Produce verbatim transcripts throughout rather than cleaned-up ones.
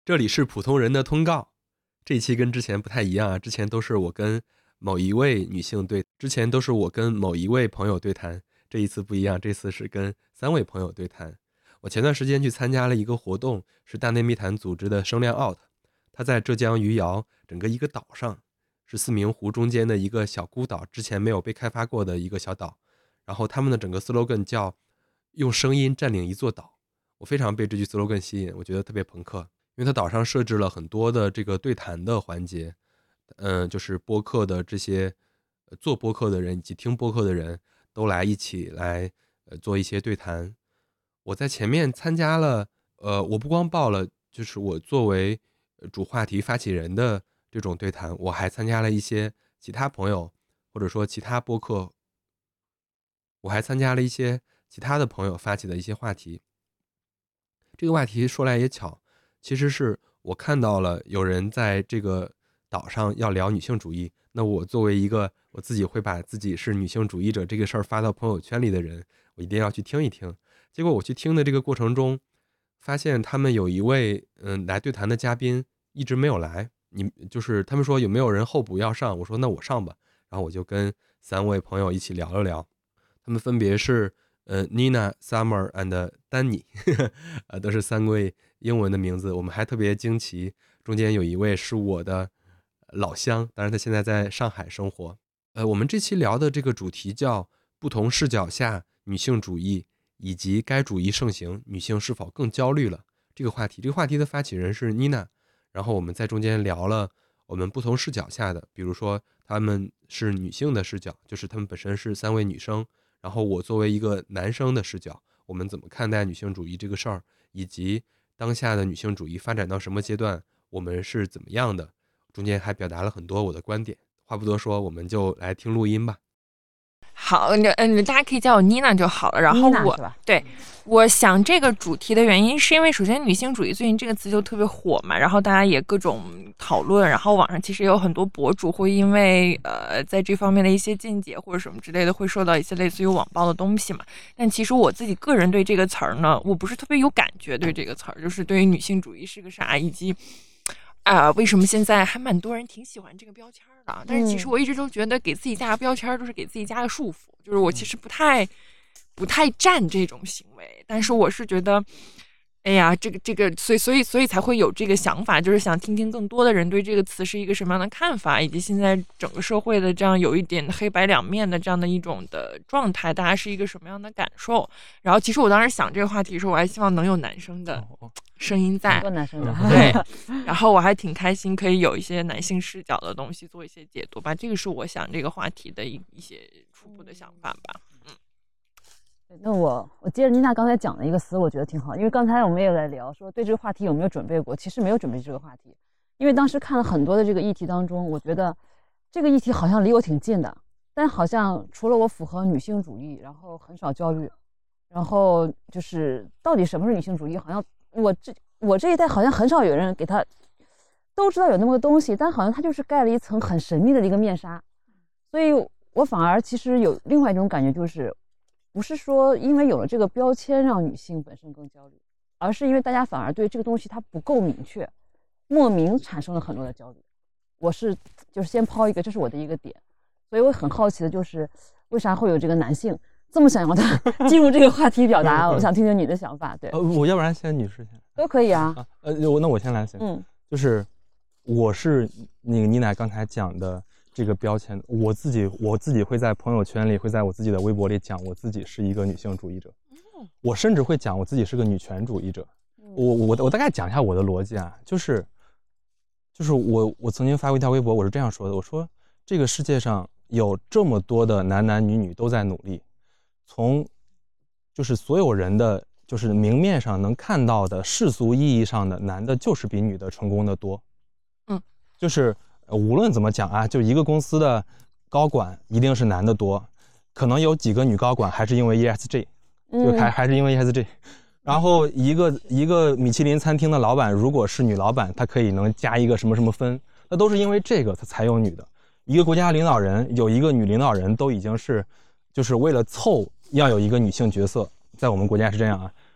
这里是普通人的通告。这一期跟之前不太一样啊，之前都是我跟某一位女性对，之前都是我跟某一位朋友对谈，这一次不一样，这次是跟三位朋友对谈。我前段时间去参加了一个活动，是大内密谈组织的声量 out， 它在浙江余姚整个一个岛上，是四明湖中间的一个小孤岛，之前没有被开发过的一个小岛。然后他们的整个 slogan 叫用声音占领一座岛，我非常被这句 slogan 吸引，我觉得特别朋克，因为它岛上设置了很多的这个对谈的环节，嗯、呃，就是播客的这些、呃、做播客的人以及听播客的人都来一起来、呃、做一些对谈。我在前面参加了，呃，我不光报了，就是我作为主话题发起人的这种对谈，我还参加了一些其他朋友或者说其他播客，我还参加了一些其他的朋友发起的一些话题。这个话题说来也巧，其实是我看到了有人在这个岛上要聊女性主义，那我作为一个我自己会把自己是女性主义者这个事儿发到朋友圈里的人，我一定要去听一听。结果我去听的这个过程中，发现他们有一位嗯来对谈的嘉宾一直没有来，你就是他们说有没有人候补要上，我说那我上吧，然后我就跟三位朋友一起聊了聊，他们分别是呃 Nina、Summer and Danny 呃都是三位英文的名字。我们还特别惊奇，中间有一位是我的老乡，当然他现在在上海生活。呃，我们这期聊的这个主题叫不同视角下女性主义以及该主义盛行，女性是否更焦虑了这个话题。这个话题的发起人是 Nina， 然后我们在中间聊了我们不同视角下的，比如说他们是女性的视角，就是他们本身是三位女生，然后我作为一个男生的视角，我们怎么看待女性主义这个事儿，以及当下的女性主义发展到什么阶段，我们是怎么样的，中间还表达了很多我的观点。话不多说，我们就来听录音吧。 好，嗯，大家可以叫我妮娜就好了。然后我对我想这个主题的原因，是因为首先女性主义最近这个词就特别火嘛，然后大家也各种讨论，然后网上其实有很多博主会因为呃在这方面的一些见解或者什么之类的，会受到一些类似于网暴的东西嘛。但其实我自己个人对这个词儿呢，我不是特别有感觉，对这个词儿，就是对于女性主义是个啥，以及啊、呃，为什么现在还蛮多人挺喜欢这个标签的？但是其实我一直都觉得给自己加个标签都是给自己加个束缚，就是我其实不太不太站这种行为。但是我是觉得，哎呀，这个这个，所以所以所以才会有这个想法，就是想听听更多的人对这个词是一个什么样的看法，以及现在整个社会的这样有一点黑白两面的这样的一种的状态，大家是一个什么样的感受。然后其实我当时想这个话题的时候，我还希望能有男生的声音在， 多男生的对，然后我还挺开心，可以有一些男性视角的东西做一些解读吧。这个是我想这个话题的一一些初步的想法吧。嗯， 那我我接着妮娜刚才讲的一个词，我觉得挺好，因为刚才我们也在聊说对这个话题有没有准备过，其实没有准备这个话题，因为当时看了很多的这个议题当中，我觉得这个议题好像离我挺近的，但好像除了我符合女性主义，然后很少焦虑，然后就是到底什么是女性主义，好像我这我这一代好像很少有人给他都知道有那么个东西，但好像他就是盖了一层很神秘的一个面纱，所以我反而其实有另外一种感觉，就是不是说因为有了这个标签让女性本身更焦虑，而是因为大家反而对这个东西它不够明确，莫名产生了很多的焦虑。我是就是先抛一个，这是我的一个点，所以我很好奇的就是为啥会有这个男性这么想要他进入这个话题表达，我想听听你的想法。对， 呃，我要不然先女士先都可以啊。 啊呃，那我先来行。 嗯， 就是我是那个妮娜刚才讲的这个标签，我自己我自己会在朋友圈里，会在我自己的微博里讲我自己是一个女性主义者，我甚至会讲我自己是个女权主义者。我我我大概讲一下我的逻辑啊，就是就是我我曾经发过一条微博，我是这样说的，我说这个世界上有这么多的男男女女都在努力，从就是所有人的就是明面上能看到的世俗意义上的男的就是比女的成功的多。 嗯， 就是无论怎么讲啊，就一个公司的高管一定是男的多，可能有几个女高管还是因为 E S G， 就还还是因为 E S G。然后一个一个米其林餐厅的老板如果是女老板，她可以能加一个什么什么分，那都是因为这个她才有女的。一个国家领导人有一个女领导人都已经是就是为了凑要有一个女性角色，在我们国家是这样啊。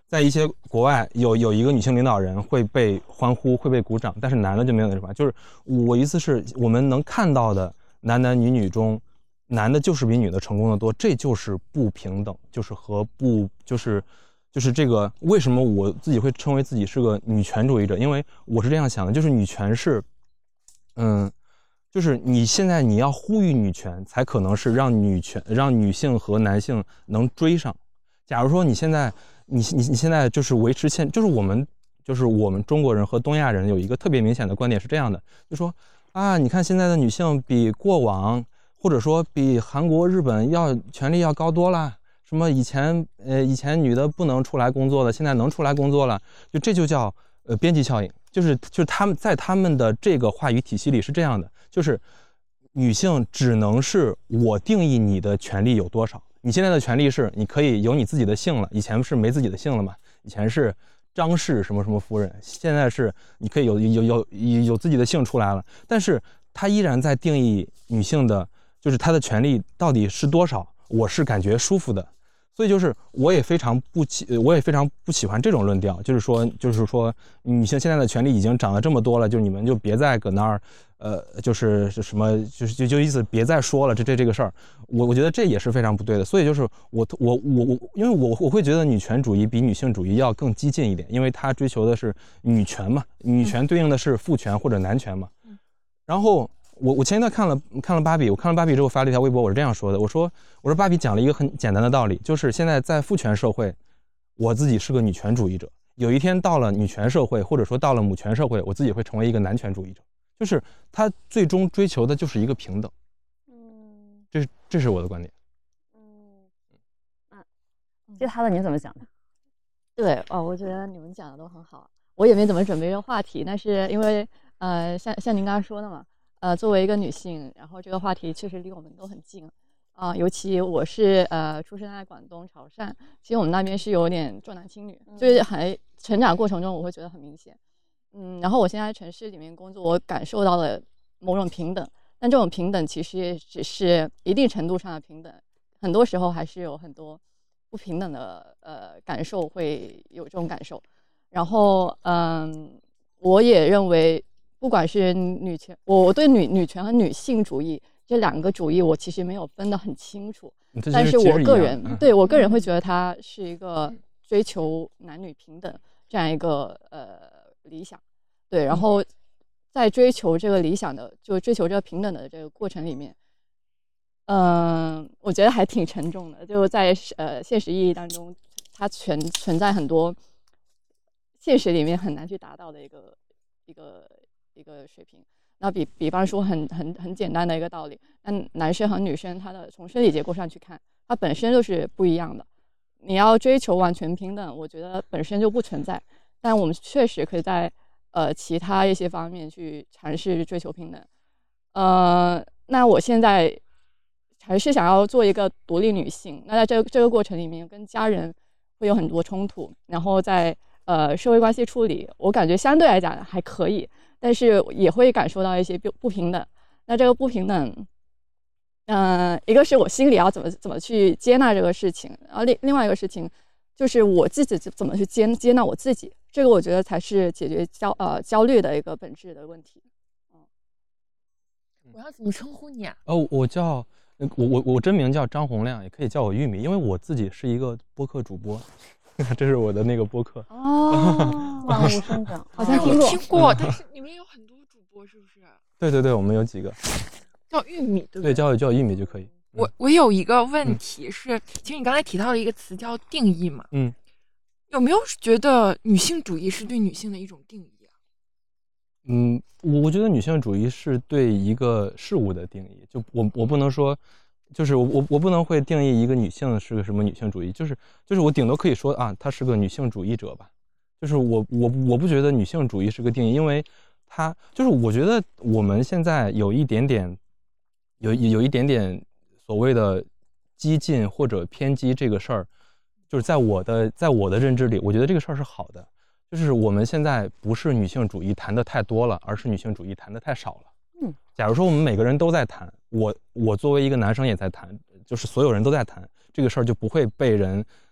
在一些国外有有一个女性领导人会被欢呼，会被鼓掌，但是男的就没有那什么。就是我意思是我们能看到的男男女女中，男的就是比女的成功的多，这就是不平等，就是和不就是就是这个为什么我自己会称为自己是个女权主义者？因为我是这样想的，就是女权是，嗯。就是你现在你要呼吁女权，才可能是让女权让女性和男性能追上。假如说你现在你你你现在就是维持现，就是我们就是我们中国人和东亚人有一个特别明显的观点是这样的，就说啊，你看现在的女性比过往或者说比韩国、日本要权力要高多了。什么以前呃以前女的不能出来工作的，现在能出来工作了，就这就叫呃边际效应。就是就是他们在他们的这个话语体系里是这样的，就是女性只能是我定义你的权利有多少。你现在的权利是你可以有你自己的姓了，以前是没自己的姓了嘛，以前是张氏什么什么夫人，现在是你可以有有有有有自己的姓出来了，但是他依然在定义女性的，就是她的权利到底是多少，我是感觉舒服的。所以就是我也非常不喜，我也非常不喜欢这种论调，就是说，就是说，女性现在的权利已经涨了这么多了，就你们就别再搁那儿，呃，就是什么，就是就就意思别再说了，这这这个事儿，我我觉得这也是非常不对的。所以就是我我我我，因为我我会觉得女权主义比女性主义要更激进一点，因为它追求的是女权嘛，女权对应的是父权或者男权嘛，然后。我我前一段看了看了芭比，我看了芭比之后发了一条微博，我是这样说的，我说我说芭比讲了一个很简单的道理，就是现在在父权社会，我自己是个女权主义者，有一天到了女权社会，或者说到了母权社会，我自己会成为一个男权主义者，就是他最终追求的就是一个平等。嗯，这是这是我的观点。 嗯，啊，其他的你怎么想的？ 对哦，我觉得你们讲的都很好，我也没怎么准备这个话题，但是因为呃，像像您刚刚说的嘛。呃，作为一个女性，然后这个话题确实离我们都很近啊、呃。尤其我是呃出生在广东潮汕，其实我们那边是有点重男轻女，嗯、就是还成长过程中我会觉得很明显。嗯，然后我现在在城市里面工作，我感受到了某种平等，但这种平等其实也只是一定程度上的平等，很多时候还是有很多不平等的呃感受，会有这种感受。然后嗯，我也认为。不管是女权，我对女女权和女性主义这两个主义，我其实没有分得很清楚。但是我个人对我个人会觉得它是一个追求男女平等这样一个呃理想。对，然后在追求这个理想的，就追求这个平等的这个过程里面，嗯、呃，我觉得还挺沉重的。就在呃现实意义当中，它存存在很多现实里面很难去达到的一个一个。一个水平，那比比方说很很很简单的一个道理，那男生和女生他的从生理结构上去看，它本身就是不一样的。你要追求完全平等，我觉得本身就不存在。但我们确实可以在呃其他一些方面去尝试追求平等。呃，那我现在还是想要做一个独立女性，那在这个这个过程里面，跟家人会有很多冲突，然后在呃社会关系处理，我感觉相对来讲还可以。但是也会感受到一些不不平等，那这个不平等，嗯、呃，一个是我心里要怎么怎么去接纳这个事情，然后另另外一个事情就是我自己怎么去接接纳我自己，这个我觉得才是解决焦呃焦虑的一个本质的问题。 嗯，我要怎么称呼你啊？ 哦，我叫我我我真名叫张洪亮，也可以叫我玉米，因为我自己是一个播客主播。这是我的那个播客哦，万物生长， 好像听过，听过，但是你们有很多主播是不是？ 对对对，我们有几个叫玉米，对不对？ 对，叫叫玉米就可以。 我我有一个问题是，嗯、其实你刚才提到了一个词叫定义嘛， 嗯， 有没有觉得女性主义是对女性的一种定义啊？ 嗯，我觉得女性主义是对一个事物的定义，就我我不能说。就是我我我不能会定义一个女性是个什么女性主义，就是就是我顶多可以说啊，她是个女性主义者吧。就是我我我不觉得女性主义是个定义，因为她就是我觉得我们现在有一点点有有一点点所谓的激进或者偏激这个事儿，就是在我的在我的认知里，我觉得这个事儿是好的。就是我们现在不是女性主义谈的太多了，而是女性主义谈的太少了。嗯，假如说我们每个人都在谈，我我作为一个男生也在谈，就是所有人都在谈这个事儿，就不会被人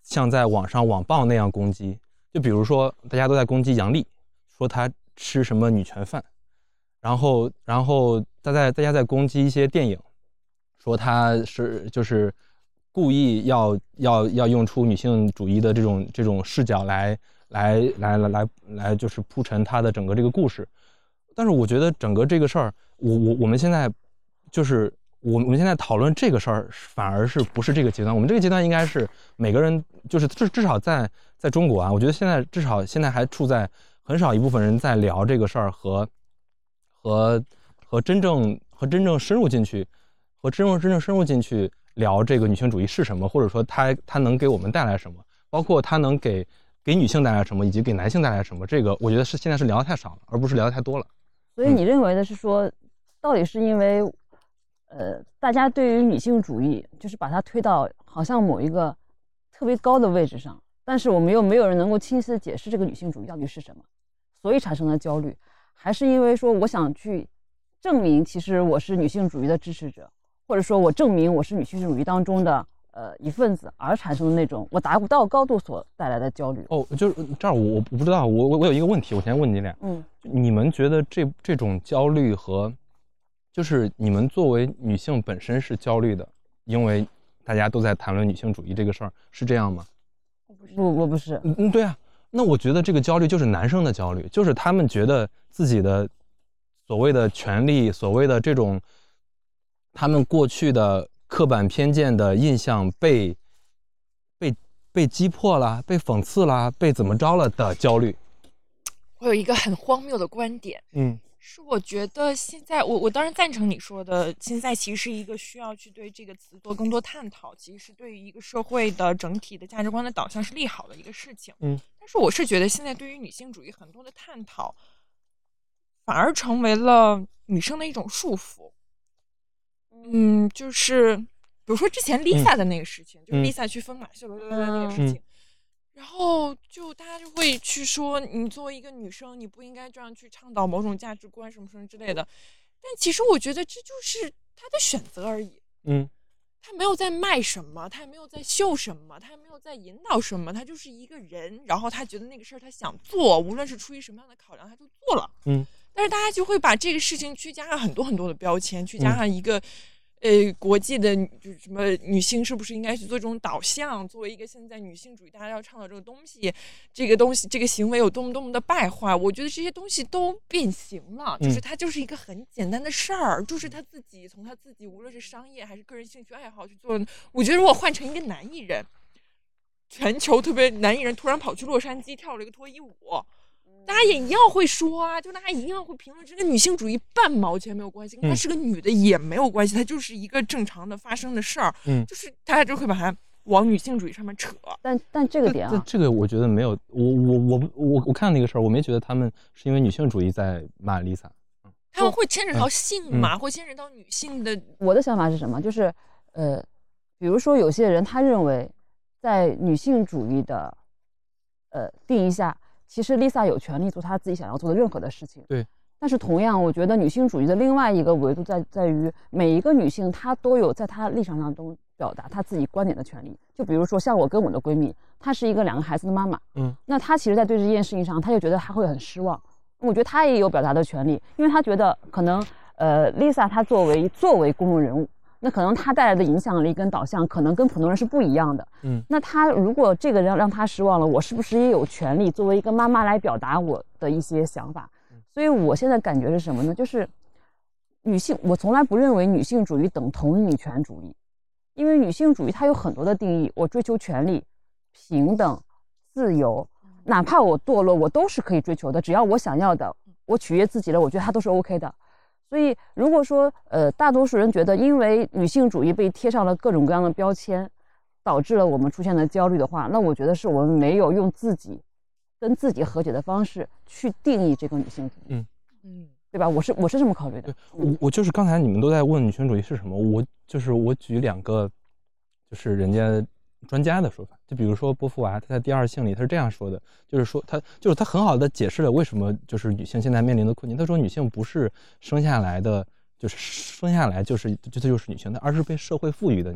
像在网上网暴那样攻击。就比如说大家都在攻击杨笠，说她吃什么女权饭，然后然后大家大家在攻击一些电影，说她是就是故意要要要用出女性主义的这种这种视角来来来来来来就是铺陈她的整个这个故事。但是我觉得整个这个事儿，我我我们现在就是我我们现在讨论这个事儿，反而是不是这个阶段？我们这个阶段应该是每个人就是至至少在在中国啊，我觉得现在至少现在还处在很少一部分人在聊这个事儿和和和真正和真正深入进去，和真正真正深入进去聊这个女性主义是什么，或者说它它能给我们带来什么，包括它能给给女性带来什么，以及给男性带来什么，这个我觉得是现在是聊得太少了，而不是聊得太多了。 所以你认为的是说，到底是因为，呃，大家对于女性主义就是把它推到好像某一个特别高的位置上，但是我们又没有人能够清晰的解释这个女性主义到底是什么，所以产生了焦虑，还是因为说我想去证明其实我是女性主义的支持者，或者说我证明我是女性主义当中的呃一份子而产生的那种我达不到高度所带来的焦虑？ 哦，就是这儿我我不知道，我我我有一个问题，我先问你俩， 嗯， 你们觉得这这种焦虑和，就是你们作为女性本身是焦虑的，因为大家都在谈论女性主义这个事儿，是这样吗？ 不，我不是。 嗯嗯，对啊，那我觉得这个焦虑就是男生的焦虑，就是他们觉得自己的所谓的权利，所谓的这种他们过去的刻板偏见的印象被被被击破了，被讽刺了，被怎么着了的焦虑。 我有一个很荒谬的观点， 嗯， 是我觉得现在我我当然赞成你说的，现在其实是一个需要去对这个词做更多探讨，其实是对于一个社会的整体的价值观的导向是利好的一个事情。 嗯， 但是我是觉得现在对于女性主义很多的探讨，反而成为了女生的一种束缚。嗯，就是比如说之前 Lisa 的那个事情，嗯、就是 Lisa 去疯马秀的那个事情。嗯，然后就大家就会去说，你作为一个女生，你不应该这样去倡导某种价值观什么什么之类的。但其实我觉得这就是她的选择而已。 嗯， 她没有在卖什么，她也没有在秀什么，她也没有在引导什么，她就是一个人。然后她觉得那个事儿她想做，无论是出于什么样的考量，她就做了。 嗯， 但是大家就会把这个事情去加上很多很多的标签，去加上一个。嗯呃，国际的就是什么女性是不是应该去做这种导向？作为一个现在女性主义大家要倡导这个东西，这个东西这个行为有多么多么的败坏？我觉得这些东西都变形了，就是它就是一个很简单的事儿，就是他自己从他自己无论是商业还是个人兴趣爱好去做。我觉得如果换成一个男艺人，全球特别男艺人突然跑去洛杉矶跳了一个脱衣舞。大家也一样会说啊，就大家一样会评论，这跟女性主义半毛钱没有关系，跟她是个女的也没有关系，它就是一个正常的发生的事儿， 嗯， 就是大家就会把它往女性主义上面扯。 但但这个点啊， 这个我觉得没有，我我我我我看那个事儿，我没觉得他们是因为女性主义在骂 Lisa， 他们会牵扯到性嘛， 嗯、 会牵扯到女性的。 我的想法是什么？就是呃，比如说有些人他认为，在女性主义的呃定义下。其实 Lisa 有权利做她自己想要做的任何的事情。 对。 但是同样，我觉得女性主义的另外一个维度在在于，每一个女性她都有在她立场上中表达她自己观点的权利。就比如说像我跟我的闺蜜，她是一个两个孩子的妈妈， 嗯， 那她其实在对这件事情上，她就觉得她会很失望。我觉得她也有表达的权利，因为她觉得可能呃 Lisa 她作为作为公众人物。那可能他带来的影响力跟导向可能跟普通人是不一样的。 嗯， 那他如果这个人让他失望了，我是不是也有权利作为一个妈妈来表达我的一些想法？所以我现在感觉是什么呢？就是女性，我从来不认为女性主义等同于女权主义，因为女性主义它有很多的定义，我追求权利、平等、自由，哪怕我堕落，我都是可以追求的，只要我想要的，我取悦自己了，我觉得它都是 OK 的。所以如果说呃大多数人觉得因为女性主义被贴上了各种各样的标签，导致了我们出现的焦虑的话，那我觉得是我们没有用自己跟自己和解的方式去定义这个女性主义。 嗯嗯， 对吧？我是我是这么考虑的。 我我就是刚才你们都在问女权主义是什么，我就是我举两个就是人家专家的说法，就比如说波伏娃，他在《第二性》里他是这样说的，就是说他就是他很好的解释了为什么就是女性现在面临的困境。他说女性不是生下来的，就是生下来就是就这就是女性的，而是被社会赋予的女性。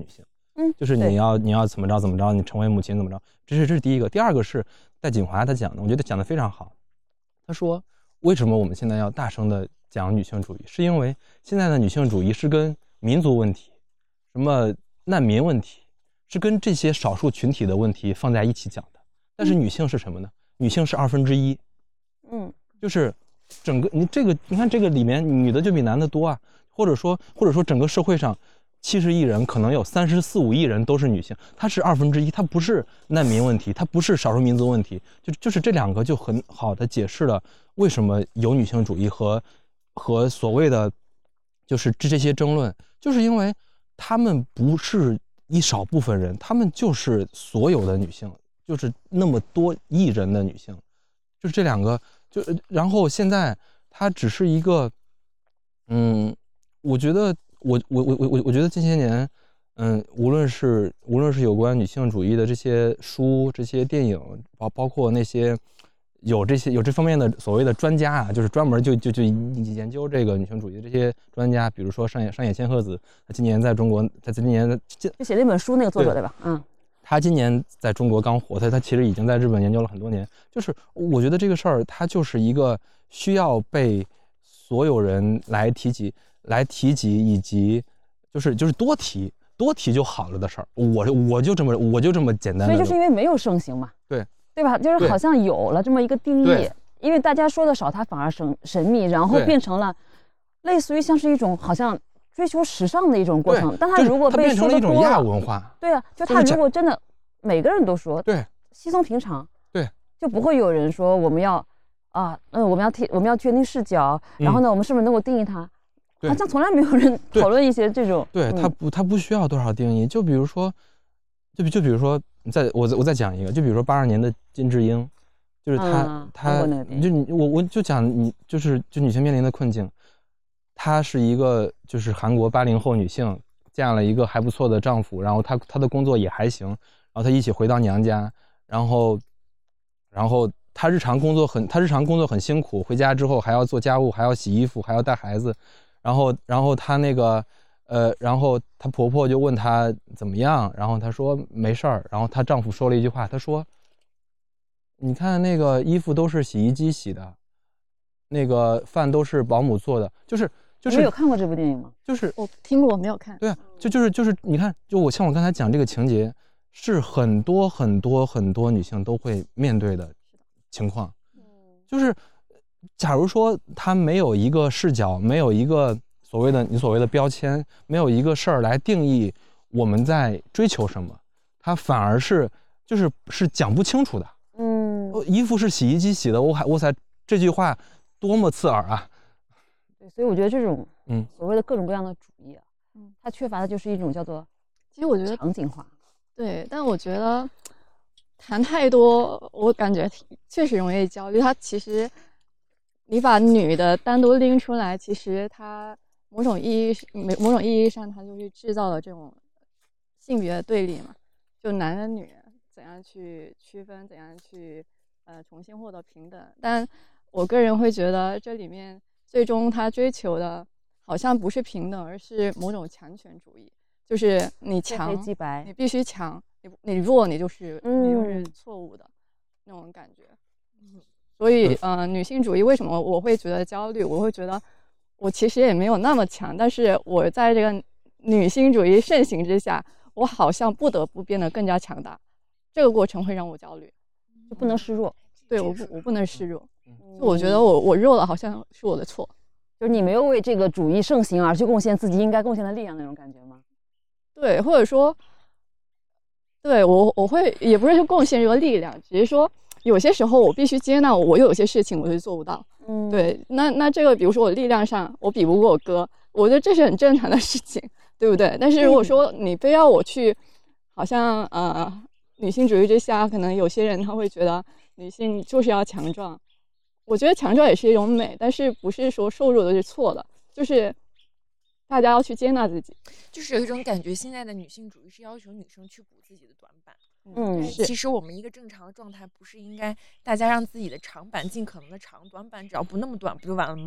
嗯， 就是你要你要怎么着怎么着，你成为母亲怎么着，这是这是第一个。第二个是戴锦华他讲的，我觉得讲的非常好。他说为什么我们现在要大声的讲女性主义，是因为现在的女性主义是跟民族问题、什么难民问题，是跟这些少数群体的问题放在一起讲的。但是女性是什么呢？女性是二分之一， 嗯， 就是整个你这个你看这个里面女的就比男的多啊，或者说或者说整个社会上七十亿人可能有三十四五亿人都是女性，她是二分之一，她不是难民问题，她不是少数民族问题，就就是这两个就很好的解释了为什么有女性主义和和所谓的就是这些争论，就是因为他们不是一少部分人，他们就是所有的女性，就是那么多亿人的女性，就是这两个就然后现在它只是一个，嗯，我觉得。我我我我我觉得近些年，嗯，无论是无论是有关女性主义的这些书、这些电影，包包括那些有这些有这方面的所谓的专家啊，就是专门就就就研究这个女性主义的这些专家，比如说上野上野千鹤子，他今年在中国，他今年就写了一本书，那个作者对吧？嗯， 他今年在中国刚火，他他其实已经在日本研究了很多年。就是我觉得这个事儿，它就是一个需要被所有人来提及。来提及以及就是就是多提多提就好了的事儿，我我就这么我就这么简单的。 所以就是因为没有盛行嘛， 对对吧？就是好像有了这么一个定义，因为大家说的少，它反而神神秘，然后变成了类似于像是一种好像追求时尚的一种过程。但它如果被说的多了， 它变成了一种亚文化。 对啊，就它如果真的每个人都说， 对， 稀松平常， 对， 就不会有人说我们要啊，嗯，我们要提我们要确定视角，然后呢，我们是不是能够定义它？好像从来没有人讨论一些这种， 对他不，他不需要多少定义。就比如说，就就比如说，再我我再讲一个，就比如说八二年的金智英，就是他、嗯、他就你我我就讲你就是就女性面临的困境，她是一个就是韩国八零后女性，嫁了一个还不错的丈夫，然后她她的工作也还行，然后她一起回到娘家，然后然后她日常工作很她日常工作很辛苦，回家之后还要做家务，还要洗衣服，还要带孩子。然后，然后她那个，呃，然后她婆婆就问她怎么样，然后她说没事儿。然后她丈夫说了一句话，她说：“你看那个衣服都是洗衣机洗的，那个饭都是保姆做的。”就是就是。 你有看过这部电影吗？ 就是我听过，我没有看。 对啊，就就是就是你看，就我像我刚才讲这个情节，是很多很多很多女性都会面对的情况，就是。假如说他没有一个视角，没有一个所谓的你所谓的标签，没有一个事儿来定义我们在追求什么，他反而是就是是讲不清楚的。 嗯， 衣服是洗衣机洗的，我还我才这句话多么刺耳啊！ 对，所以我觉得这种嗯所谓的各种各样的主义啊，嗯，它缺乏的就是一种叫做， 其实我觉得场景化。 对，但我觉得谈太多，我感觉确实容易焦虑。它其实。你把女的单独拎出来，其实它某种意义、某种意义上，它就是制造了这种性别的对立嘛，就男人、女人怎样去区分，怎样去呃重新获得平等。但我个人会觉得，这里面最终他追求的好像不是平等，而是某种强权主义，就是你强，你必须强，你你弱，你就是你就是错误的、嗯、那种感觉。所以，呃，女性主义为什么我会觉得焦虑？我会觉得我其实也没有那么强，但是我在这个女性主义盛行之下，我好像不得不变得更加强大。这个过程会让我焦虑， 就不能示弱。 对，我不，我不能示弱。就我觉得我我弱了，好像是我的错。 就是你没有为这个主义盛行而去贡献自己应该贡献的力量那种感觉吗？ 对，或者说，对我我会也不是说贡献这个力量，只是说。有些时候我必须接纳我有些事情我就做不到，嗯，对，那那这个比如说我力量上我比不过我哥，我觉得这是很正常的事情，对不对？但是如果说你非要我去，好像呃女性主义之下，可能有些人他会觉得女性就是要强壮，我觉得强壮也是一种美，但是不是说瘦弱的是错的，就是大家要去接纳自己。 就是有一种感觉，现在的女性主义是要求女生去补自己的短板。 嗯， 是。其实我们一个正常的状态，不是应该大家让自己的长板尽可能的长，短板只要不那么短，不就完了吗？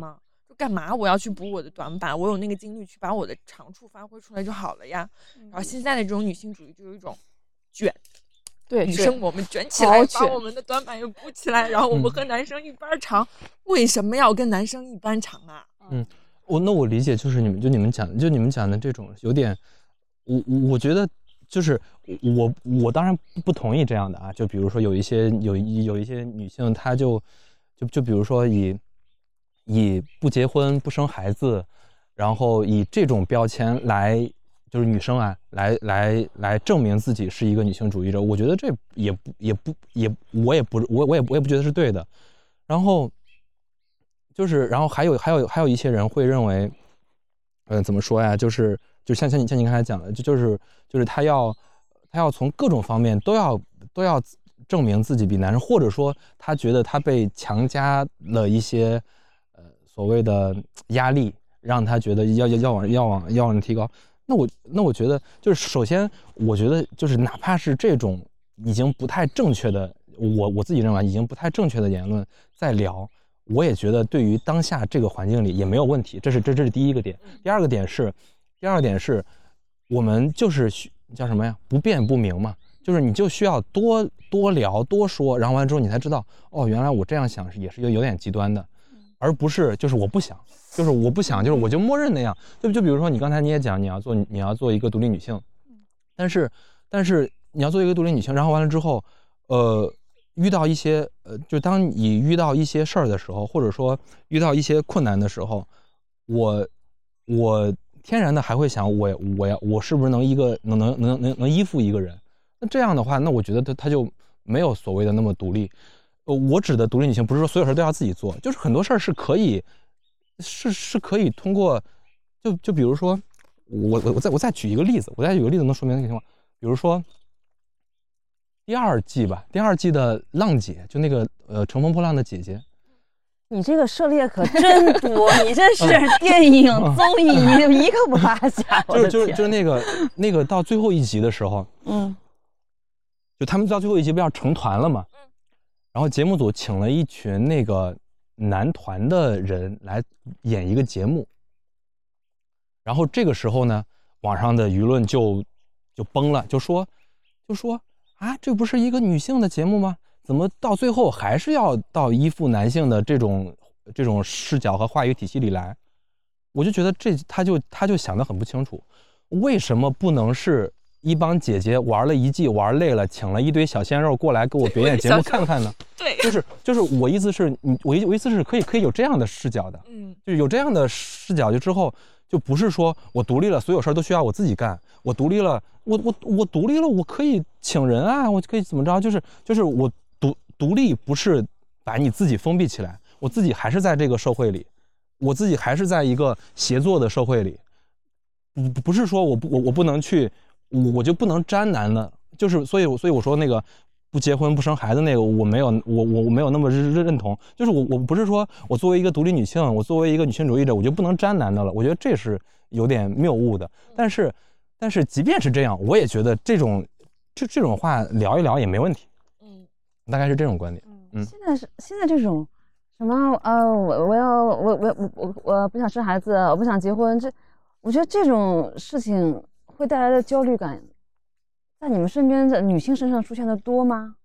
干嘛我要去补我的短板？我有那个精力去把我的长处发挥出来就好了呀。然后现在的这种女性主义就有一种卷， 对， 女生我们卷起来，把我们的短板也补起来，然后我们和男生一般长，嗯、为什么要跟男生一般长啊？ 嗯，我那我理解就是你们就你们讲就你们讲的这种有点，我我觉得就是我我当然不同意这样的啊，就比如说有一些有有一些女性，她就就就比如说以以不结婚不生孩子，然后以这种标签来就是女生啊来来来证明自己是一个女性主义者，我觉得这也不也不也我也不我我也我也不觉得是对的，然后。就是，然后还有还有还有一些人会认为，嗯、呃，怎么说呀？就是就像像你像你刚才讲的，就就是就是他要他要从各种方面都要都要证明自己比男生，或者说他觉得他被强加了一些呃所谓的压力，让他觉得要要要往要往要往提高。那我那我觉得就是首先，我觉得就是哪怕是这种已经不太正确的，我我自己认为已经不太正确的言论在聊。我也觉得对于当下这个环境里也没有问题，这是这这是第一个点。第二个点是，第二个点是，我们就是叫什么呀？不辩不明嘛，就是你就需要多多聊多说，然后完之后你才知道，哦，原来我这样想是也是有有点极端的，而不是就是我不想，就是我不想，就是我就默认那样。就就比如说你刚才你也讲你要做你要做一个独立女性，但是但是你要做一个独立女性，然后完了之后，呃。遇到一些呃，就当你遇到一些事儿的时候，或者说遇到一些困难的时候，我我天然的还会想，我我要我是不是能一个能能能能能依附一个人？那这样的话，那我觉得他他就没有所谓的那么独立。呃，我指的独立女性不是说所有事都要自己做，就是很多事儿是可以是是可以通过，就就比如说我我我再我再举一个例子，我再举个例子能说明这个情况，比如说。第二季吧，第二季的浪姐，就那个呃乘风破浪的姐姐， 你这个涉猎可真多，你这是电影、综艺，你一个不落下。 就是就是就是那个那个到最后一集的时候，嗯，就他们到最后一集不要成团了嘛，然后节目组请了一群那个男团的人来演一个节目，然后这个时候呢，网上的舆论就就崩了，就说就说。啊，这不是一个女性的节目吗？怎么到最后还是要到依附男性的这种这种视角和话语体系里来？我就觉得这他就他就想得很不清楚，为什么不能是一帮姐姐玩了一季玩累了，请了一堆小鲜肉过来给我表演节目看看呢？ 对， 就是就是我意思是你我我意思是可以可以有这样的视角的，嗯，就有这样的视角，就之后就不是说我独立了，所有事儿都需要我自己干，我独立了。我我我独立了，我可以请人啊，我可以怎么着？就是就是我独独立不是把你自己封闭起来，我自己还是在这个社会里，我自己还是在一个协作的社会里，不不是说我不我我不能去，我我就不能沾男的，就是所以所以我说那个不结婚不生孩子那个我没有我我我没有那么认认同，就是我我不是说我作为一个独立女性，我作为一个女性主义者，我就不能沾男的了，我觉得这是有点谬误的，但是。但是即便是这样，我也觉得这种这这种话聊一聊也没问题。嗯，大概是这种观点。 嗯，现在是现在这种什么呃，我我要我我我我我不想生孩子，我不想结婚，这我觉得这种事情会带来的焦虑感，在你们身边的女性身上出现的多吗？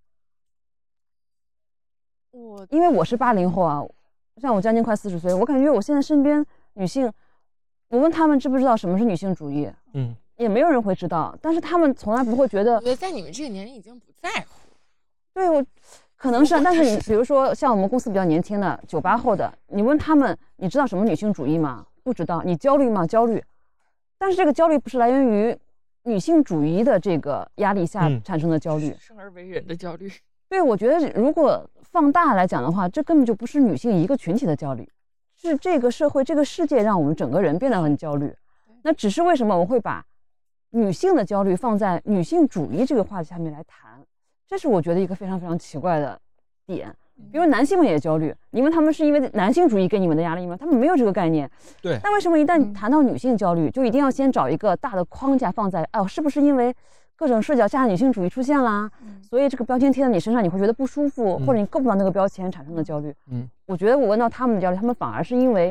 我因为我是八零后啊，像我将近快四十岁，我感觉我现在身边女性，我问他们知不知道什么是女性主义，嗯。也没有人会知道，但是他们从来不会觉得。 我觉得在你们这个年龄已经不在乎。 对，我可能是，但是你比如说像我们公司比较年轻的九八后的，你问他们，你知道什么女性主义吗？不知道。你焦虑吗？焦虑。但是这个焦虑不是来源于女性主义的这个压力下产生的焦虑， 嗯、生而为人的焦虑。 对，我觉得如果放大来讲的话，这根本就不是女性一个群体的焦虑，是这个社会、这个世界让我们整个人变得很焦虑。那只是为什么我会把女性的焦虑放在女性主义这个话题下面来谈，这是我觉得一个非常非常奇怪的点。比如男性们也焦虑，你问他们是因为男性主义给你们的压力吗？他们没有这个概念。 对。 那为什么一旦谈到女性焦虑，就一定要先找一个大的框架放在，哦，是不是因为各种视角下女性主义出现啦，嗯、所以这个标签贴在你身上，你会觉得不舒服，嗯、或者你够不到那个标签产生的焦虑。嗯。我觉得我问到他们的焦虑，他们反而是因为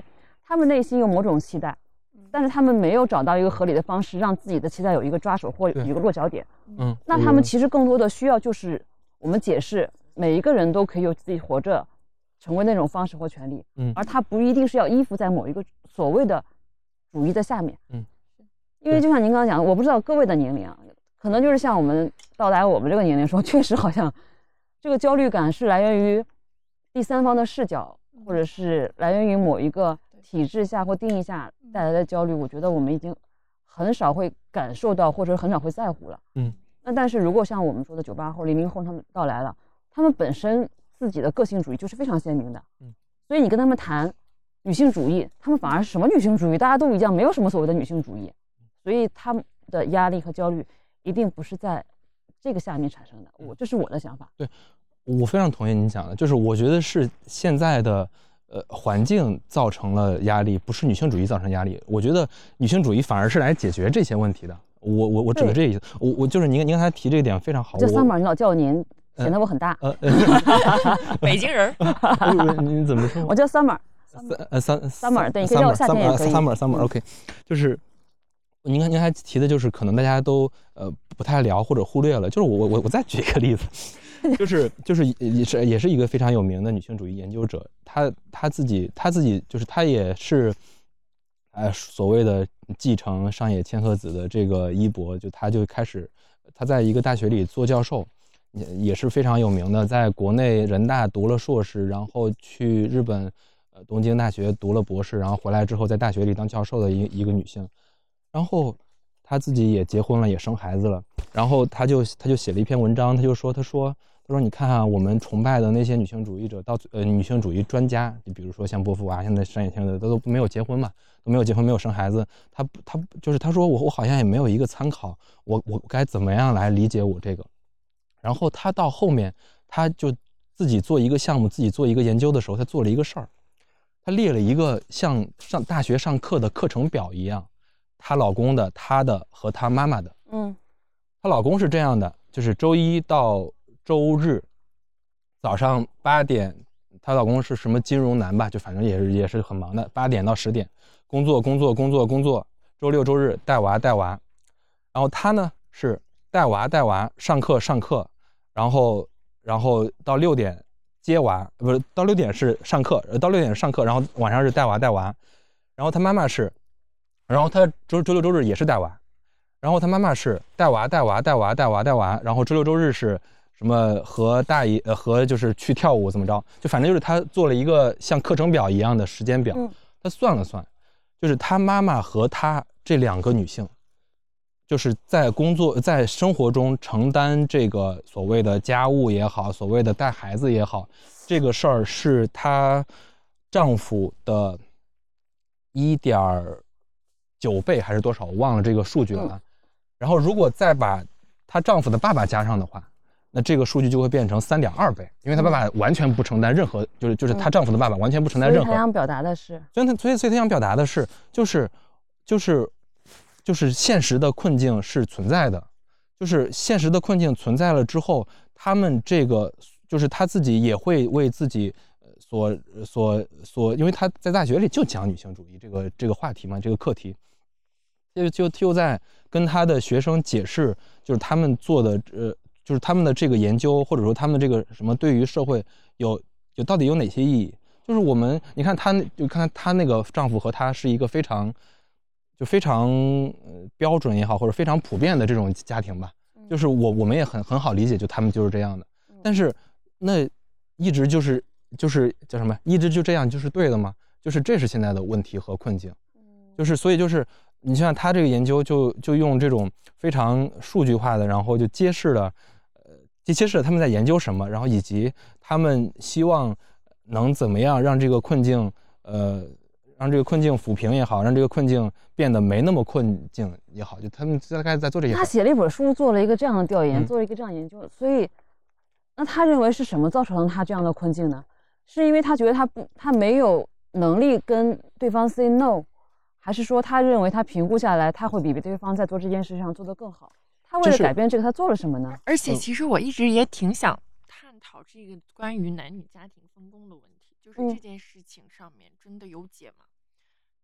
他们内心有某种期待，但是他们没有找到一个合理的方式让自己的期待有一个抓手或有一个落脚点。 嗯， 那他们其实更多的需要就是我们解释，每一个人都可以有自己活着成为那种方式或权利， 嗯， 而他不一定是要依附在某一个所谓的主义的下面。 嗯， 因为就像您刚刚讲的，我不知道各位的年龄啊，可能就是像我们到达我们这个年龄说，确实好像这个焦虑感是来源于第三方的视角，或者是来源于某一个体制下或定义下带来的焦虑。我觉得我们已经很少会感受到，或者很少会在乎了。 嗯， 那但是如果像我们说的九八后、零零后他们到来了，他们本身自己的个性主义就是非常鲜明的。 嗯， 所以你跟他们谈女性主义，他们反而是什么女性主义，大家都一样，没有什么所谓的女性主义。所以他们的压力和焦虑一定不是在这个下面产生的。我这是我的想法。 对，我非常同意你讲的，就是我觉得是现在的呃环境造成了压力，不是女性主义造成压力。我觉得女性主义反而是来解决这些问题的。我我我指的这意思，我我就是您您刚才提这个点非常好。 这三码你老叫我您，显得我很大。 呃， 北京人。 您怎么说？ 我叫三码。 三呃三三码，对，你可以叫我夏天也可以。 三码三码 OK， 就是您看您还提的就是可能大家都呃不太聊或者忽略了，就是我我我再举一个例子。就是就是也是也是一个非常有名的女性主义研究者，她她自己她自己就是她也是，呃所谓的继承上野千鹤子的这个衣钵，就她就开始她在一个大学里做教授，也也是非常有名的，在国内人大读了硕士，然后去日本呃东京大学读了博士，然后回来之后在大学里当教授的一一个女性，然后她自己也结婚了，也生孩子了，然后她就她就写了一篇文章，她就说她说。他说：“你看啊，我们崇拜的那些女性主义者，到呃女性主义专家，你比如说像波伏娃，现在上野千鹤子，都都没有结婚嘛，都没有结婚，没有生孩子。他他就是他说我我好像也没有一个参考，我我该怎么样来理解我这个？然后他到后面，他就自己做一个项目，自己做一个研究的时候，他做了一个事儿，他列了一个像上大学上课的课程表一样，她老公的、她的和她妈妈的。嗯，她老公是这样的，就是周一到周日早上八点，她老公是什么金融男吧，就反正也是也是很忙的，八点到十点工作工作工作工作，周六周日带娃带娃，然后她呢是带娃带娃上课上课，然后然后到六点接娃，不是到六点是上课，到六点上课，然后晚上是带娃带娃，然后她妈妈是，然后她周周六周日也是带娃，然后她妈妈是带娃带娃带娃带娃带娃，然后周六周日是。什么和大姨呃和就是去跳舞怎么着，就反正就是他做了一个像课程表一样的时间表，他算了算，就是他妈妈和他这两个女性，就是在工作在生活中承担这个所谓的家务也好，所谓的带孩子也好，这个事儿是她丈夫的一点九倍还是多少，我忘了这个数据了。然后如果再把她丈夫的爸爸加上的话。那这个数据就会变成三点二倍，因为她爸爸完全不承担任何，就是就是她丈夫的爸爸完全不承担任何。 所以她想表达的是， 所以她所以所以她想表达的是，就是就是就是现实的困境是存在的，就是现实的困境存在了之后，他们这个就是她自己也会为自己所所所，因为她在大学里就讲女性主义这个这个话题嘛，这个课题，就就就在跟她的学生解释，就是他们做的呃。就是他们的这个研究，或者说他们的这个什么，对于社会有有到底有哪些意义？就是我们，你看她，就看她那个丈夫和她是一个非常，就非常呃标准也好，或者非常普遍的这种家庭吧。就是我我们也很很好理解，就他们就是这样的。但是那一直就是就是叫什么？一直就这样就是对的吗？就是这是现在的问题和困境。就是所以就是你像他这个研究就就用这种非常数据化的，然后就揭示了。揭示了他们在研究什么，然后以及他们希望能怎么样让这个困境，呃，让这个困境抚平也好，让这个困境变得没那么困境也好，就他们大概在做这些。 他写了一本书，做了一个这样的调研，嗯、做了一个这样研究，所以，那他认为是什么造成了他这样的困境呢？是因为他觉得他不，他没有能力跟对方 say no， 还是说他认为他评估下来，他会比对方在做这件事上做得更好？他为了改变这个，他做了什么呢？ 而且其实我一直也挺想探讨这个关于男女家庭分工的问题，就是这件事情上面真的有解吗？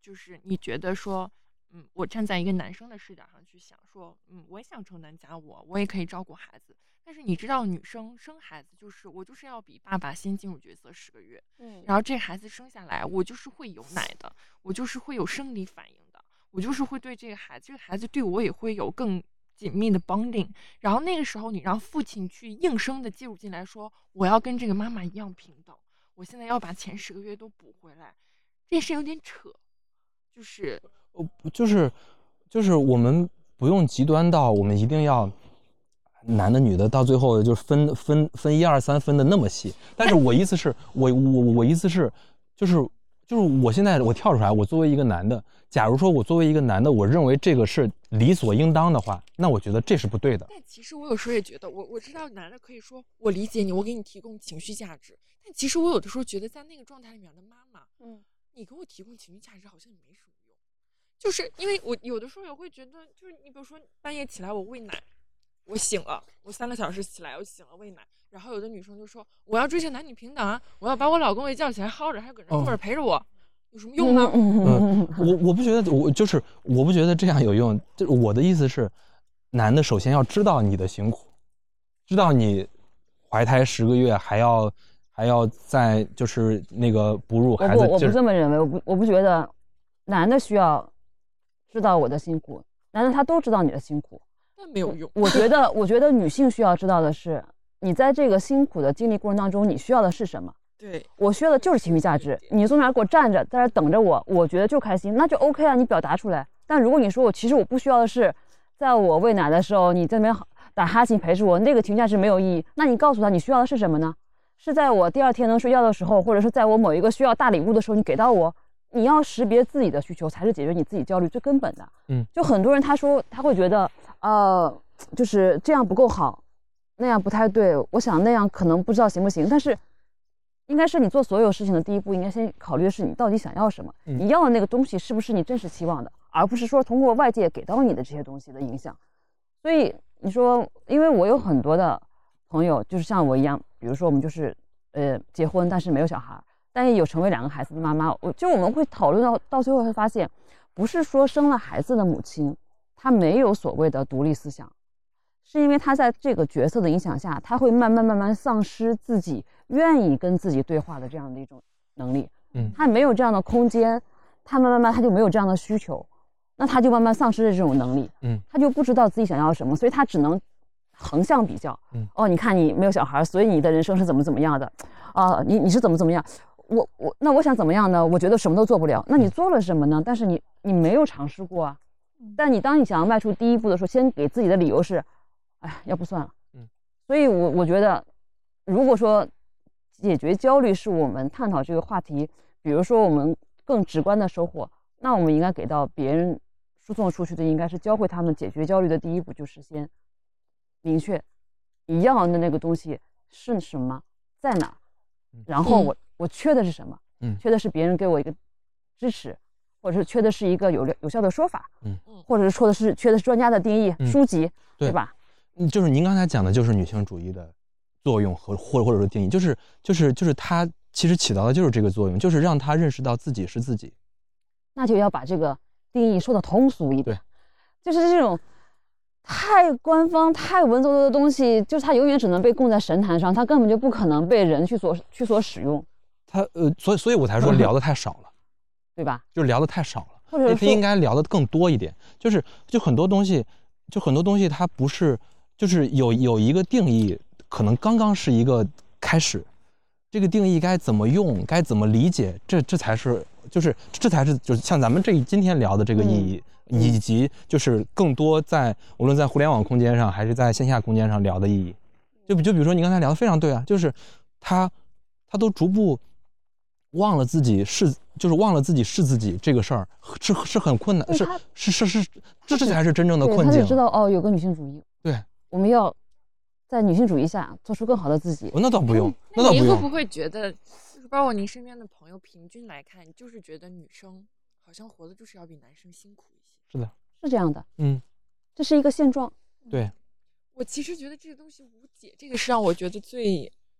就是你觉得说，嗯，我站在一个男生的视角上去想说，嗯，我也想承担家务，我也可以照顾孩子。但是你知道，女生生孩子就是我就是要比爸爸先进入角色十个月，嗯，然后这孩子生下来，我就是会有奶的，我就是会有生理反应的，我就是会对这个孩子，这个孩子对我也会有更紧密的 bonding。然后那个时候，你让父亲去应声的介入进来说，我要跟这个妈妈一样平等，我现在要把前十个月都补回来，这事有点扯，就是呃，就是就是我们不用极端到我们一定要。男的女的到最后就分分分一二三分的那么细，但是我意思是我我我意思是就是就是我现在我跳出来，我作为一个男的，假如说我作为一个男的，我认为这个是理所应当的话，那我觉得这是不对的。 但其实我有时候也觉得，我我知道男的可以说我理解你，我给你提供情绪价值，但其实我有的时候觉得在那个状态里面的妈妈，嗯，你给我提供情绪价值好像也没什么用，就是因为我有的时候也会觉得，就是你比如说半夜起来我喂奶。我醒了，我三个小时起来，我醒了喂奶，然后有的女生就说我要追求男女平等啊，我要把我老公给叫起来薅着，还搁这坐着陪着我，哦、有什么用呢？ 嗯，我我不觉得，我就是我不觉得这样有用。就我的意思是，男的首先要知道你的辛苦，知道你怀胎十个月还要还要再就是那个哺乳孩子。 我不，我不这么认为，我不我不觉得男的需要知道我的辛苦，男的他都知道你的辛苦。 但没有用。 我觉得，我觉得女性需要知道的是，你在这个辛苦的经历过程当中，你需要的是什么？ 对， 我需要的就是情绪价值。你从哪给我站着，在这等着我，我觉得就开心，那就 OK 啊，你表达出来。但如果你说我其实我不需要的是，在我喂奶的时候，你这边打哈欠陪着我，那个情绪价值没有意义。那你告诉他你需要的是什么呢？是在我第二天能睡觉的时候，或者是在我某一个需要大礼物的时候，你给到我。你要识别自己的需求，才是解决你自己焦虑最根本的。 嗯， 就很多人他说他会觉得，呃，就是这样不够好，那样不太对。我想那样可能不知道行不行，但是应该是你做所有事情的第一步，应该先考虑的是你到底想要什么， 嗯、 你要的那个东西是不是你真实期望的，而不是说通过外界给到你的这些东西的影响。所以你说，因为我有很多的朋友，就是像我一样，比如说我们就是呃结婚，但是没有小孩。但也有成为两个孩子的妈妈，我就我们会讨论到到最后会发现，不是说生了孩子的母亲她没有所谓的独立思想，是因为她在这个角色的影响下，她会慢慢慢慢丧失自己愿意跟自己对话的这样的一种能力。 嗯， 她没有这样的空间，她慢慢慢她就没有这样的需求，那她就慢慢丧失了这种能力。 嗯， 她就不知道自己想要什么，所以她只能横向比较。 嗯， 哦，你看你没有小孩，所以你的人生是怎么怎么样的啊、呃？你你是怎么怎么样？我我那我想怎么样呢？我觉得什么都做不了。那你做了什么呢？但是你你没有尝试过啊。但你当你想要迈出第一步的时候，先给自己的理由是，哎，要不算了。 嗯。 所以我我觉得，如果说解决焦虑是我们探讨这个话题，比如说我们更直观的收获，那我们应该给到别人输送出去的，应该是教会他们解决焦虑的第一步，就是先明确你要的那个东西是什么，在哪，然后我。嗯我缺的是什么？嗯，缺的是别人给我一个支持，或者是缺的是一个有有效的说法，嗯，或者是说的是缺的是专家的定义、嗯、书籍，对, 对吧？ 嗯，就是您刚才讲的，就是女性主义的作用和或者或者说定义，就是就是就是它其实起到的就是这个作用，就是让他认识到自己是自己。 那就要把这个定义说的通俗一点， 对， 就是这种太官方、太文绉绉的东西，就是它永远只能被供在神坛上，它根本就不可能被人去所去所使用。 他呃，所以所以我才说聊的太少了， 对吧？ 就聊的太少了， 或者他应该聊的更多一点。就是就很多东西，就很多东西它不是，就是有有一个定义，可能刚刚是一个开始，这个定义该怎么用，该怎么理解，这这才是就是这才是就是像咱们这今天聊的这个意义，嗯、以及就是更多在无论在互联网空间上还是在线下空间上聊的意义。就就比如说你刚才聊的非常对啊，就是他他都逐步。忘了自己是，就是忘了自己是自己这个事儿，是是很困难，是是是是，这这才是真正的困境。 他就知道哦，有个女性主义， 对， 我们要在女性主义下做出更好的自己。 哦、那倒不用，那倒不用。 您会不会觉得，就是包括您身边的朋友，平均来看，就是觉得女生好像活的就是要比男生辛苦一些？ 是的， 是这样的， 嗯， 这是一个现状。 对， 我其实觉得这个东西无解，这个是让我觉得最。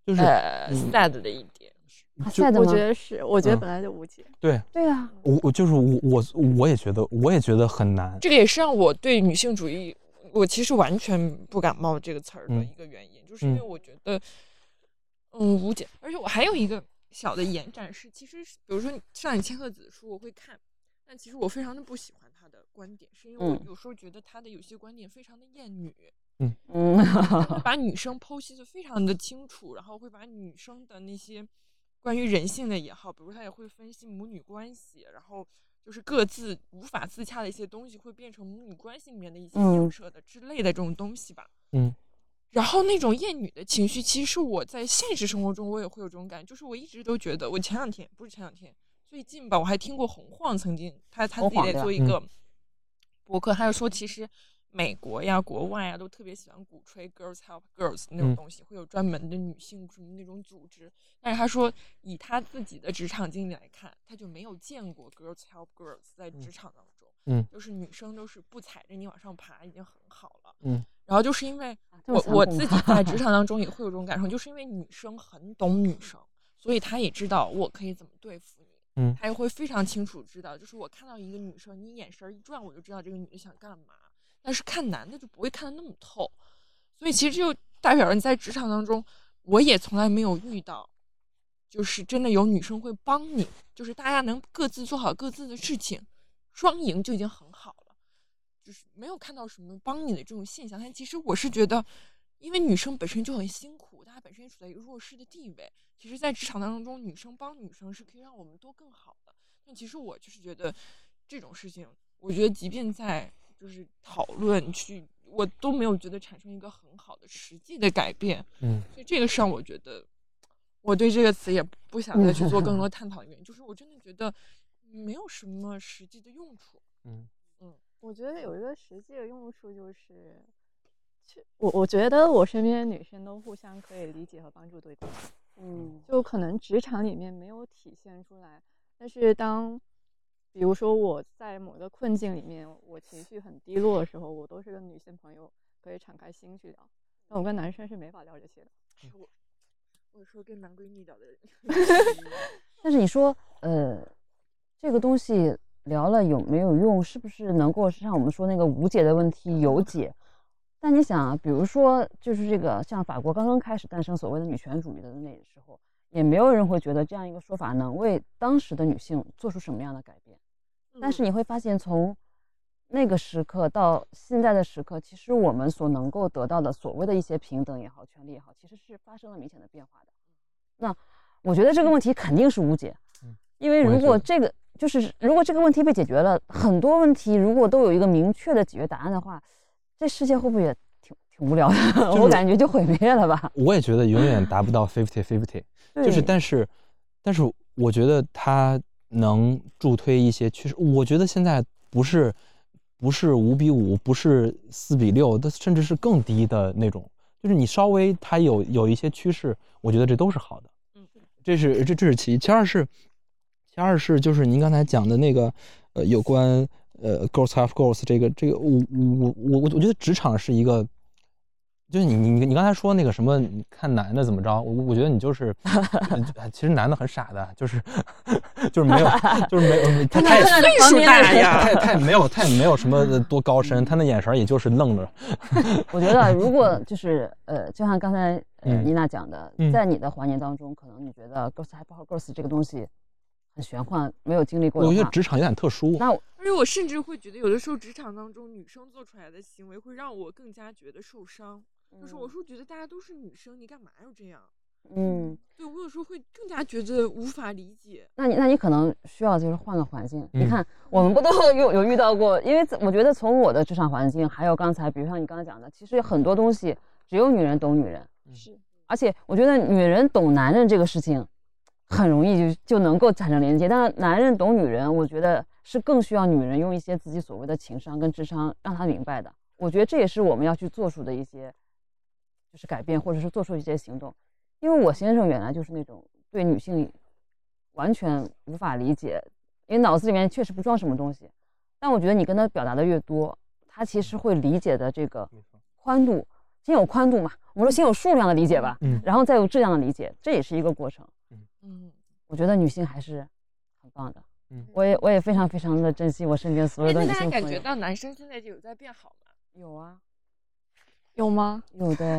就是呃 sad 的一点。 sad 我觉得是，我觉得本来就无解。 嗯、对对啊， 我我就是我我我也觉得我也觉得很难。 这个也是让我对女性主义，我其实完全不感冒这个词儿的一个原因，嗯、就是因为我觉得，嗯，无解。而且我还有一个小的延展是，其实比如说上野千鹤子的书我会看，但其实我非常的不喜欢她的观点，是因为我有时候觉得她的有些观点非常的厌女。 嗯嗯，会把女生剖析的非常的清楚，然后会把女生的那些关于人性的也好，比如他也会分析母女关系，然后就是各自无法自洽的一些东西会变成母女关系里面的一些映射的之类的这种东西吧。 嗯， 然后那种厌女的情绪，其实我在现实生活中我也会有这种感觉，就是我一直都觉得，我前两天不是前两天，最近吧，我还听过洪晃曾经他他自己在做一个博客，他就说其实。美国呀，国外呀，都特别喜欢鼓吹 girls help girls 那种东西，嗯、会有专门的女性什么那种组织。但是他说，以他自己的职场经历来看，他就没有见过 girls help girls 在职场当中， 嗯， 就是女生都是不踩着你往上爬，已经很好了， 嗯。 然后就是因为我我自己在职场当中也会有这种感受，就是因为女生很懂女生，所以她也知道我可以怎么对付你， 嗯， 她也会非常清楚知道，就是我看到一个女生，你眼神一转，我就知道这个女的想干嘛。但是看男的就不会看得那么透，所以其实就代表着你在职场当中，我也从来没有遇到，就是真的有女生会帮你，就是大家能各自做好各自的事情，双赢就已经很好了，就是没有看到什么帮你的这种现象。但其实我是觉得，因为女生本身就很辛苦，大家本身也处在一个弱势的地位，其实在职场当中，女生帮女生是可以让我们都更好的。但其实我就是觉得这种事情，我觉得即便在就是讨论去，我都没有觉得产生一个很好的实际的改变。 嗯， 所以这个上我觉得我对这个词也不想再去做更多探讨的原因，就是我真的觉得没有什么实际的用处。 嗯嗯，我觉得有一个实际的用处就是，我我觉得我身边的女生都互相可以理解和帮助对方。嗯，就可能职场里面没有体现出来，但是当比如说我在某个困境里面，我情绪很低落的时候，我都是跟女性朋友可以敞开心去聊，但我跟男生是没法聊这些的。 我我说跟男闺蜜聊的人， 但是你说，呃，这个东西聊了有没有用？是不是能够像我们说那个无解的问题有解？但你想啊，比如说就是这个，像法国刚刚开始诞生所谓的女权主义的那时候，也没有人会觉得这样一个说法能为当时的女性做出什么样的改变。但是你会发现，从那个时刻到现在的时刻，其实我们所能够得到的所谓的一些平等也好、权利也好，其实是发生了明显的变化的。那我觉得这个问题肯定是无解，因为如果这个就是如果这个问题被解决了，很多问题如果都有一个明确的解决答案的话，这世界会不会也挺挺无聊的？就是、我感觉就毁灭了吧。 我也觉得永远达不到 fifty fifty， 就是但是但是我觉得它能助推一些趋势。我觉得现在不是不是五比五，不是四比六，甚至是更低的那种。就是你稍微它有有一些趋势，我觉得这都是好的。 嗯， 这是这这是其一。其二是其二是就是您刚才讲的那个呃有关呃 girls help girls 这个这个我我我我觉得职场是一个。就是你你你刚才说那个什么看男的怎么着，我我觉得你就是其实男的很傻的，就是就是没有就是没有他太岁数大呀， 他他也没有他也没有什么多高深，他那眼神也就是愣着。 我觉得如果就是呃，就像刚才呃妮娜讲的， 嗯、 在你的环境当中，可能你觉得 girls help girls 这个东西很玄幻，没有经历过的话， 我觉得职场有点特殊。 那而且我甚至会觉得，有的时候职场当中女生做出来的行为会让我更加觉得受伤。就是我说觉得大家都是女生，你干嘛要这样？ 嗯， 对，我有时候会更加觉得无法理解。 那你那你可能需要就是换个环境。 嗯、 你看，我们不都有有遇到过？因为我觉得从我的职场环境，还有刚才，比如像你刚才讲的，其实很多东西只有女人懂女人。 是， 而且我觉得女人懂男人这个事情，很容易就就能够产生连接。但是男人懂女人，我觉得是更需要女人用一些自己所谓的情商跟智商让他明白的。我觉得这也是我们要去做出的一些。就是改变，或者是做出一些行动，因为我先生原来就是那种对女性完全无法理解，因为脑子里面确实不装什么东西。但我觉得你跟他表达的越多，他其实会理解的这个宽度先有宽度嘛，我们说先有数量的理解吧， 嗯， 然后再有质量的理解，这也是一个过程。 嗯， 我觉得女性还是很棒的。 嗯， 我也我也非常非常的珍惜我身边所有的女性朋友。 大家感觉到男生现在就有在变好吗？ 有啊， 有吗？ 有的。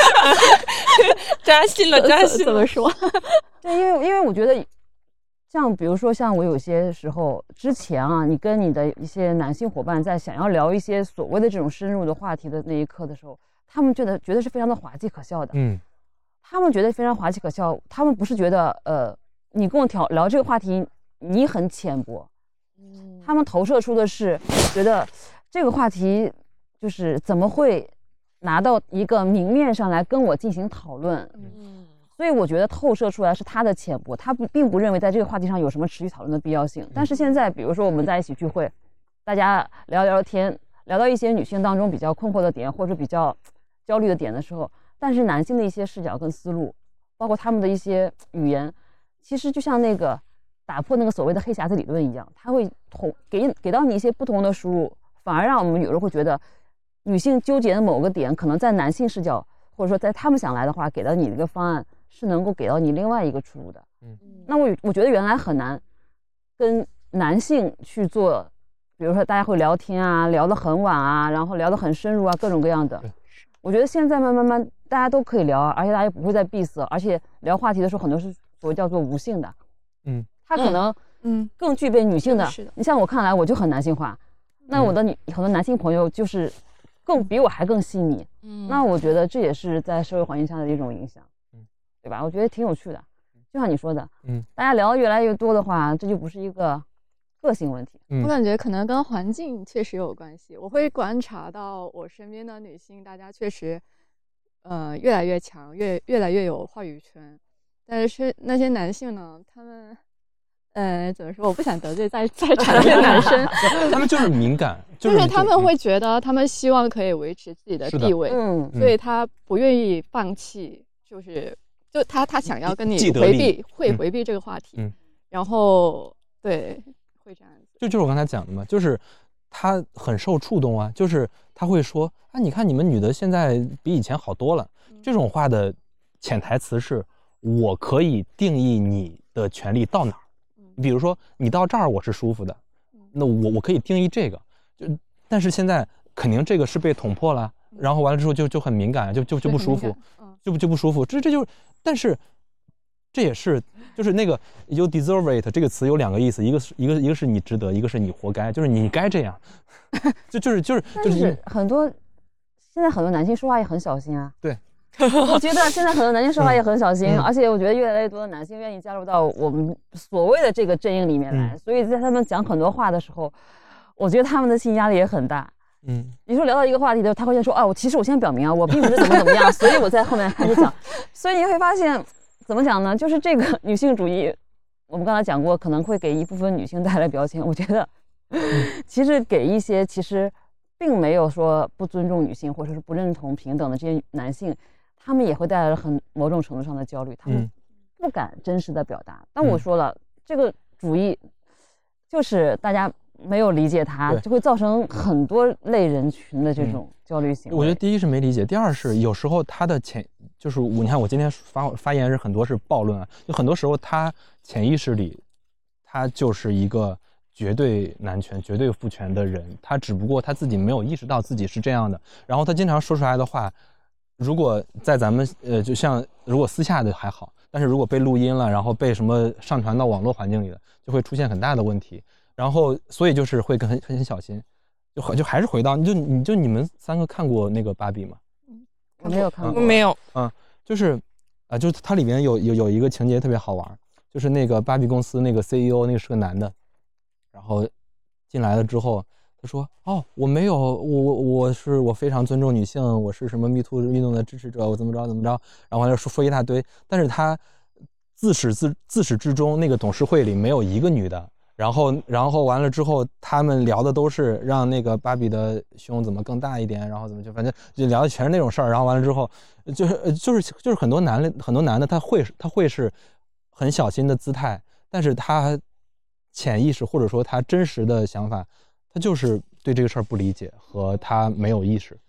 扎心了，扎心了。 怎么说？ 对，因为因为我觉得，像比如说像我有些时候之前啊，你跟你的一些男性伙伴在想要聊一些所谓的这种深入的话题的那一刻的时候，他们觉得觉得是非常的滑稽可笑的。 嗯， 他们觉得非常滑稽可笑，他们不是觉得呃你跟我聊聊这个话题你很浅薄，嗯，他们投射出的是觉得这个话题就是怎么会拿到一个明面上来跟我进行讨论。嗯，所以我觉得透射出来是他的浅薄，他不并不认为在这个话题上有什么持续讨论的必要性。但是现在比如说我们在一起聚会，大家聊聊天，聊到一些女性当中比较困惑的点或者比较焦虑的点的时候，但是男性的一些视角跟思路，包括他们的一些语言，其实就像那个打破那个所谓的黑匣子理论一样，他会同给给到你一些不同的输入，反而让我们有人会觉得女性纠结的某个点，可能在男性视角或者说在他们想来的话，给到你的一个方案是能够给到你另外一个出路的。嗯，那我我觉得原来很难跟男性去做，比如说大家会聊天啊，聊得很晚啊，然后聊得很深入啊，各种各样的。我觉得现在慢慢慢大家都可以聊啊，而且大家也不会再闭塞，而且聊话题的时候很多是所谓叫做无性的。嗯，他可能嗯更具备女性的。是的。你像我看来我就很男性化，那我的女很多男性朋友就是更比我还更细腻。嗯，那我觉得这也是在社会环境下的一种影响。嗯，对吧？我觉得挺有趣的。就像你说的，嗯，大家聊得越来越多的话，这就不是一个个性问题。 我感觉可能跟环境确实有关系。我会观察到我身边的女性，大家确实，呃，越来越强，越越来越有话语权。但是那些男性呢，他们，呃，怎么说？我不想得罪在在场的男生， 他们就是敏感， 就是, 就是他们会觉得，他们希望可以维持自己的地位，嗯，所以他不愿意放弃，就是就他他想要跟你回避，会回避这个话题，嗯，然后对。会这样子， 就就是我刚才讲的嘛，就是他很受触动啊，就是他会说啊，你看你们女的现在比以前好多了，嗯，这种话的潜台词是我可以定义你的权利到哪儿，嗯，比如说你到这儿我是舒服的，嗯，那我我可以定义这个，就但是现在肯定这个是被捅破了，嗯，然后完了之后就就很敏感，就就就不舒服，嗯，就就不舒服，这这就但是。这也是，就是那个 "you deserve it" 这个词有两个意思，一个是一个一个是你值得，一个是你活该，就是你该这样，就就是就是就是。 是很多现在很多男性说话也很小心啊。 对， 我觉得现在很多男性说话也很小心，嗯，而且我觉得越来越多的男性愿意加入到我们所谓的这个阵营里面来，嗯，所以在他们讲很多话的时候，我觉得他们的心理压力也很大。嗯，你说聊到一个话题的，他会先说啊，我其实我先表明啊，我并不是怎么怎么样，所以我在后面开始讲，所以你会发现。怎么讲呢？就是这个女性主义，我们刚才讲过，可能会给一部分女性带来标签。我觉得，其实给一些其实并没有说不尊重女性或者是不认同平等的这些男性，他们也会带来很某种程度上的焦虑，他们不敢真实的表达。但我说了，这个主义就是大家没有理解它，就会造成很多类人群的这种焦虑行为。 我觉得第一是没理解，第二是有时候他的潜就是我，你看我今天发发言是很多是暴论啊，就很多时候他潜意识里，他就是一个绝对男权、绝对父权的人，他只不过他自己没有意识到自己是这样的，然后他经常说出来的话，如果在咱们呃，就像如果私下的还好，但是如果被录音了，然后被什么上传到网络环境里了，就会出现很大的问题。然后所以就是会很很很小心，就就还是回到你就你就你们三个看过那个芭比吗？ 我没有看过， 没有。 嗯，就是啊、呃，就是它里面有有有一个情节特别好玩，就是那个芭比公司那个 C E O 那个是个男的，然后进来了之后，他说：“哦，我没有，我我我是我非常尊重女性，我是什么 Me Too 运动的支持者，我怎么着怎么着。”然后完了说说一大堆，但是他自始自自始至终那个董事会里没有一个女的。然后，然后完了之后，他们聊的都是让那个芭比的胸怎么更大一点，然后怎么就反正就聊的全是那种事儿。然后完了之后，就是就是就是很多男的很多男的他会他会是很小心的姿态，但是他潜意识或者说他真实的想法，他就是对这个事儿不理解和他没有意识。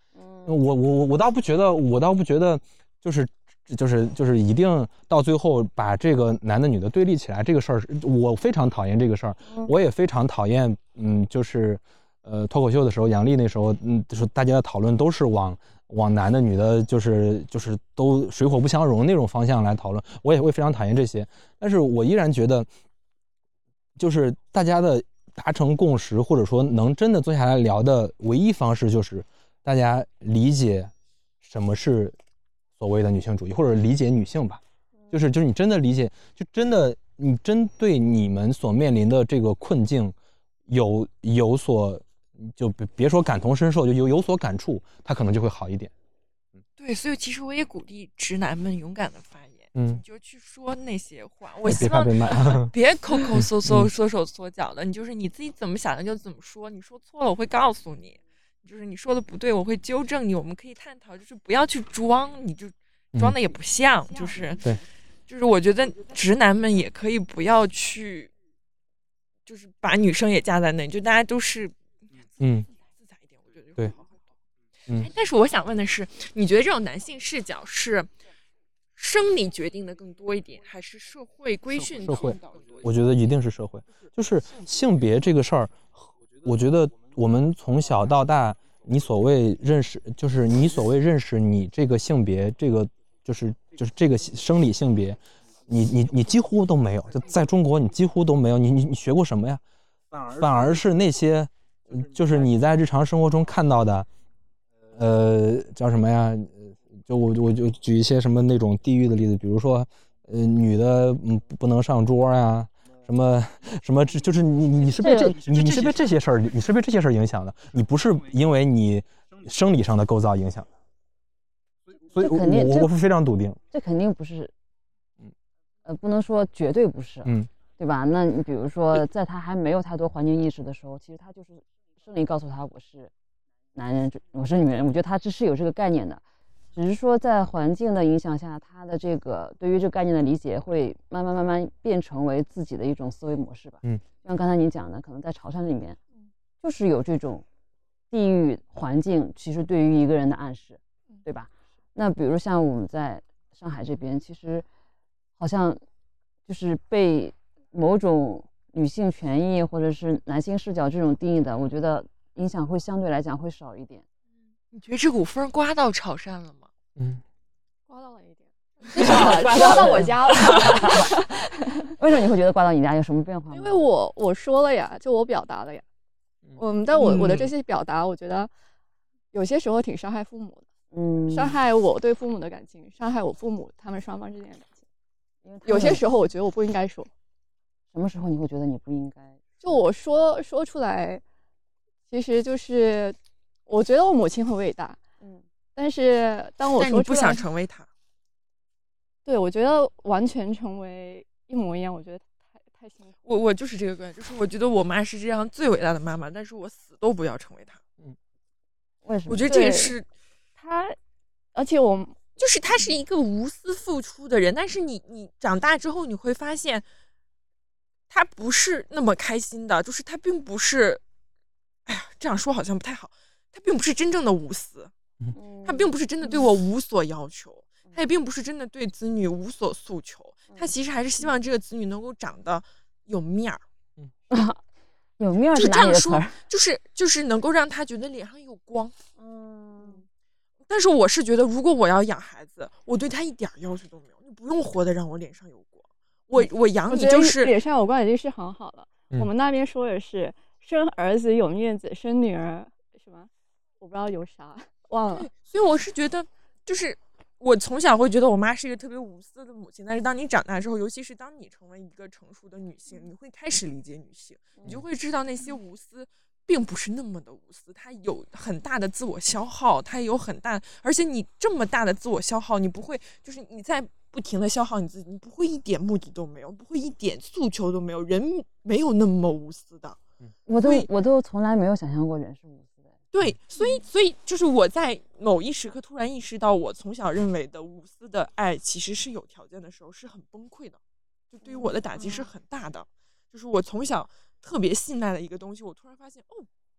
我我我我倒不觉得，我倒不觉得，就是就是就是一定到最后把这个男的女的对立起来这个事儿，我非常讨厌这个事儿，我也非常讨厌，嗯，就是呃脱口秀的时候，杨笠那时候，嗯，就是大家的讨论都是往往男的女的，就是就是都水火不相容那种方向来讨论，我也会非常讨厌这些，但是我依然觉得，就是大家的达成共识，或者说能真的坐下来聊的唯一方式，就是大家理解什么是所谓的女性主义，或者理解女性吧，就是就是你真的理解，就真的你针对你们所面临的这个困境有有所，就别说感同身受，就有有所感触，它可能就会好一点。 对，所以其实我也鼓励直男们勇敢的发言， 嗯， 你就去说那些话。我希望别抠抠搜搜、缩手缩脚的，你就是你自己怎么想的就怎么说，你说错了我会告诉你，就是你说的不对我会纠正你，我们可以探讨，就是不要去装，你就装的也不像，嗯、就是对， 就是我觉得直男们也可以不要去，就是把女生也架在那里，就大家都是嗯自在一点，我觉得对。 嗯，但是我想问的是，你觉得这种男性视角是生理决定的更多一点，还是社会规训社会？我觉得一定是社会。就是性别这个事儿，我觉得我们从小到大，你所谓认识，就是你所谓认识你这个性别，这个就是就是这个生理性别，你你你几乎都没有。就在中国，你几乎都没有。你你你学过什么呀？反而是那些，就是你在日常生活中看到的。呃，叫什么呀？就我我就举一些什么那种地域的例子，比如说，呃，女的嗯不能上桌呀，什么什么，就是你你是被这你你是被这些事儿你是被这些事儿影响的，你不是因为你生理上的构造影响的，所以我我我非常笃定， 这肯定不是，呃，不能说绝对不是， 嗯， 对吧？那你比如说，在他还没有太多环境意识的时候，其实他就是生理告诉他我是。男人，我是女人，我觉得他这是有这个概念的，只是说在环境的影响下，他的这个对于这个概念的理解会慢慢慢慢变成为自己的一种思维模式吧。 嗯， 像刚才你讲的，可能在潮汕里面，就是有这种地域环境，其实对于一个人的暗示，对吧？那比如像我们在上海这边，其实好像就是被某种女性权益或者是男性视角这种定义的，我觉得。影响会相对来讲会少一点。 你觉得这股风刮到潮汕了吗？ 嗯， 刮到了一点，至少刮到我家了。 为什么你会觉得刮到你家有什么变化吗？ 因为我我说了呀，就我表达了呀。嗯，但我我的这些表达，我觉得有些时候挺伤害父母的。嗯，伤害我对父母的感情，伤害我父母他们双方之间的感情。有些时候我觉得我不应该说。 什么时候你会觉得你不应该？ 就我说说出来。其实就是，我觉得我母亲很伟大，嗯，但是当我说出来， 但你不想成为她， 对，我觉得完全成为一模一样，我觉得太太辛苦。 我我就是这个观点，就是我觉得我妈是世界上最伟大的妈妈，但是我死都不要成为她。 嗯，为什么？ 我觉得这也是她，而且我就是她是一个无私付出的人，但是你你长大之后你会发现，她不是那么开心的，就是她并不是。哎呀，这样说好像不太好。他并不是真正的无私，他并不是真的对我无所要求，他也并不是真的对子女无所诉求。他其实还是希望这个子女能够长得有面儿， 有面儿就是这样说，就是就是能够让他觉得脸上有光。嗯，但是我是觉得，如果我要养孩子，我对他一点要求都没有，你不用活得让我脸上有光。我我养你就是脸上有光已经是很好了。嗯、我们那边说的是。生儿子有面子，生女儿什么？我不知道有啥，忘了。 所以我是觉得，就是我从小会觉得我妈是一个特别无私的母亲，但是当你长大之后，尤其是当你成为一个成熟的女性，你会开始理解女性，你就会知道那些无私并不是那么的无私，它有很大的自我消耗，它有很大，而且你这么大的自我消耗，你不会就是你在不停的消耗你自己，你不会一点目的都没有，不会一点诉求都没有，人没有那么无私的。 我都我都从来没有想象过人是无私的。 对，所以所以就是我在某一时刻突然意识到，我从小认为的无私的爱其实是有条件的时候，是很崩溃的，就对于我的打击是很大的。就是我从小特别信赖的一个东西，我突然发现，哦，它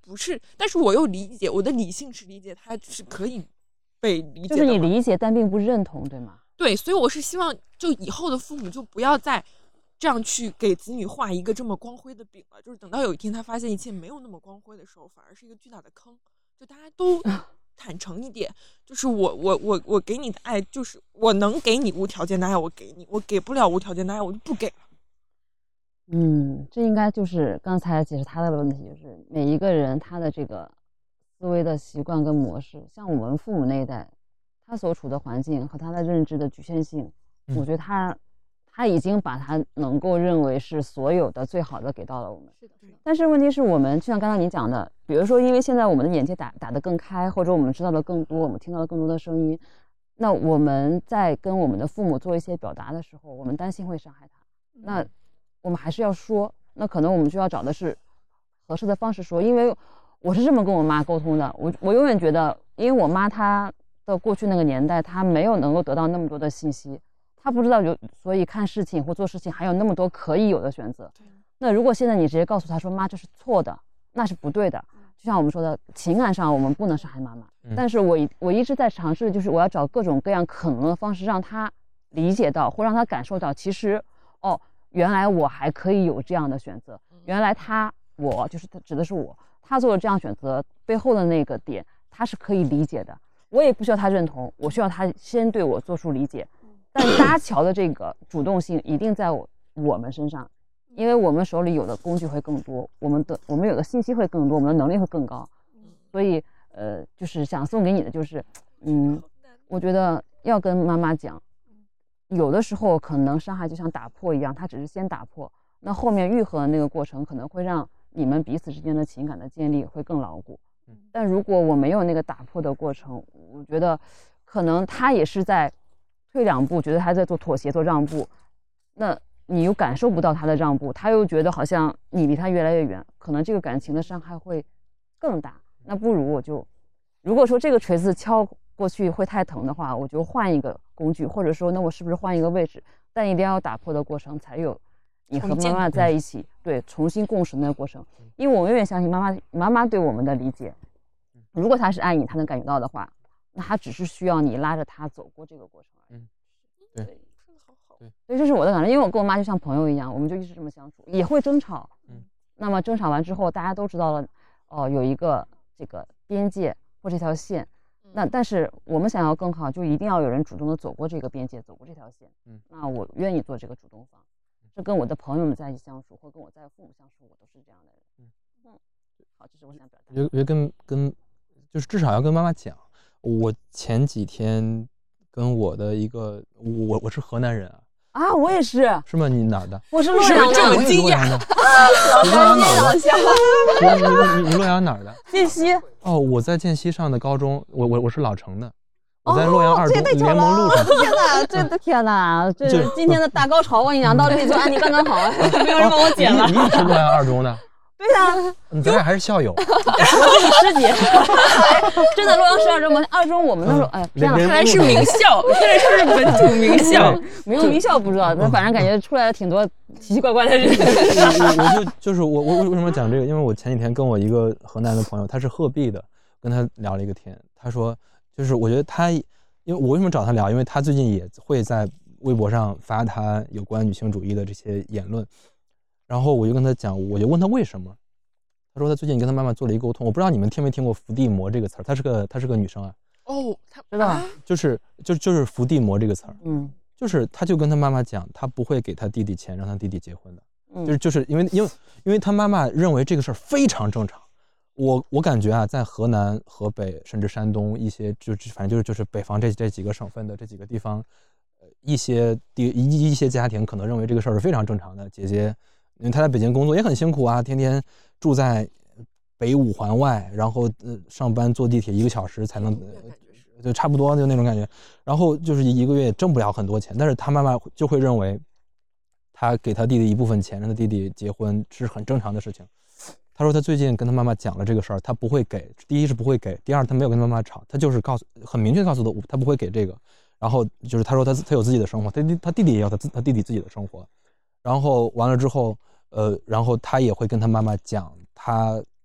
不是，但是我又理解，我的理性是理解他是可以被理解的， 就是你理解但并不认同，对吗？ 对，所以我是希望就以后的父母就不要再这样去给子女画一个这么光辉的饼了，就是等到有一天他发现一切没有那么光辉的时候，反而是一个巨大的坑，就大家都坦诚一点，就是我我我我给你的爱，就是我能给你无条件的爱，我给你，我给不了无条件的爱，我就不给了。 嗯，这应该就是刚才解释他的问题，就是每一个人他的这个思维的习惯跟模式，像我们父母那一代，他所处的环境和他的认知的局限性，嗯、我觉得他他已经把他能够认为是所有的最好的给到了我们。 是的，是的。 但是问题是我们就像刚才你讲的，比如说因为现在我们的眼界打打得更开，或者我们知道的更多，我们听到了更多的声音，那我们在跟我们的父母做一些表达的时候，我们担心会伤害他，嗯、那我们还是要说，那可能我们就要找的是合适的方式说，因为我是这么跟我妈沟通的，我我永远觉得，因为我妈她的过去那个年代，她没有能够得到那么多的信息，她不知道有，所以看事情或做事情还有那么多可以有的选择。那如果现在你直接告诉她说妈这是错的，那是不对的，就像我们说的，情感上我们不能伤害妈妈，嗯、但是我我一直在尝试，就是我要找各种各样可能的方式，让她理解到或让她感受到，其实哦。原来我还可以有这样的选择，原来他我就是指的是我，他做了这样选择背后的那个点，他是可以理解的，我也不需要他认同，我需要他先对我做出理解。但搭桥的这个主动性一定在我我们身上，因为我们手里有的工具会更多，我们的我们有的信息会更多，我们的能力会更高，所以呃，就是想送给你的就是，嗯，我觉得要跟妈妈讲。有的时候可能伤害就像打破一样，它只是先打破，那后面愈合的那个过程可能会让你们彼此之间的情感的建立会更牢固。但如果我没有那个打破的过程，我觉得可能他也是在退两步，觉得他在做妥协做让步，那你又感受不到他的让步，他又觉得好像你离他越来越远，可能这个感情的伤害会更大。那不如我就如果说这个锤子敲过去会太疼的话，我就换一个工具，或者说那我是不是换一个位置，但一定要打破的过程才有你和妈妈在一起对重新共识的过程。因为我永远相信妈妈妈妈对我们的理解，如果她是爱你，她能感觉到的话，那她只是需要你拉着她走过这个过程而已。 嗯，对， 说的好好。 对，所以这是我的感觉，因为我跟我妈就像朋友一样，我们就一直这么相处，也会争吵。 嗯， 那么争吵完之后，大家都知道了，哦、呃，有一个这个边界或这条线。那但是我们想要更好，就一定要有人主动的走过这个边界，走过这条线。嗯，那我愿意做这个主动方，这跟我的朋友们在一起相处，或跟我在父母相处，我都是这样的人。嗯嗯，好，这是我想表达。 我觉得跟跟就是至少要跟妈妈讲。我前几天跟我的一个我我是河南人啊。 啊，我也是。 是吗？你哪儿的？ 我是洛阳的。 这么惊讶？ 你洛阳哪儿的？你你你你洛阳哪儿的？ 剑溪。 哦，我在剑溪上的高中，我我我是老城的，我在洛阳二中联盟路上。 天哪，这的天哪，这是今天的大高潮！我跟你讲，到这里就安妮刚刚好，没有人帮我剪了。 你你是洛阳二中的？ 对呀， 咱俩还是校友。 我是你师姐。真的，洛阳市二中，二中我们那时候，哎，这样看来是名校，看来是本土名校。 没有名校不知道，那反正感觉出来了挺多奇奇怪怪的人。 我就就是我我为什么讲这个？因为我前几天跟我一个河南的朋友，他是鹤壁的，跟他聊了一个天。他说，就是我觉得他，因为我为什么找他聊？因为他最近也会在微博上发他有关女性主义的这些言论。然后我就跟他讲，我就问他为什么。他说他最近跟他妈妈做了一个沟通。我不知道你们听没听过伏地魔这个词儿？她是个她是个女生啊。 哦，她知道， 就是就就是伏地魔这个词儿。 嗯， 就是他就跟他妈妈讲，他不会给他弟弟钱让他弟弟结婚的。 嗯， 就是就是因为因为因为他妈妈认为这个事儿非常正常。我我感觉啊，在河南、河北甚至山东一些就反正就是就是北方这这几个省份的这几个地方，呃，一些地一一些家庭可能认为这个事儿是非常正常的。姐姐。因为他在北京工作也很辛苦啊，天天住在北五环外，然后呃上班坐地铁一个小时才能，呃、就差不多就那种感觉。然后就是一个月也挣不了很多钱，但是他妈妈就会认为，他给他弟弟一部分钱，让他弟弟结婚是很正常的事情。他说他最近跟他妈妈讲了这个事儿，他不会给，第一是不会给，第二他没有跟他妈妈吵，他就是告诉很明确告诉他他不会给这个。然后就是他说他他有自己的生活，他弟他弟弟也有他他弟弟自己的生活。然后完了之后。呃，然后他也会跟他妈妈讲他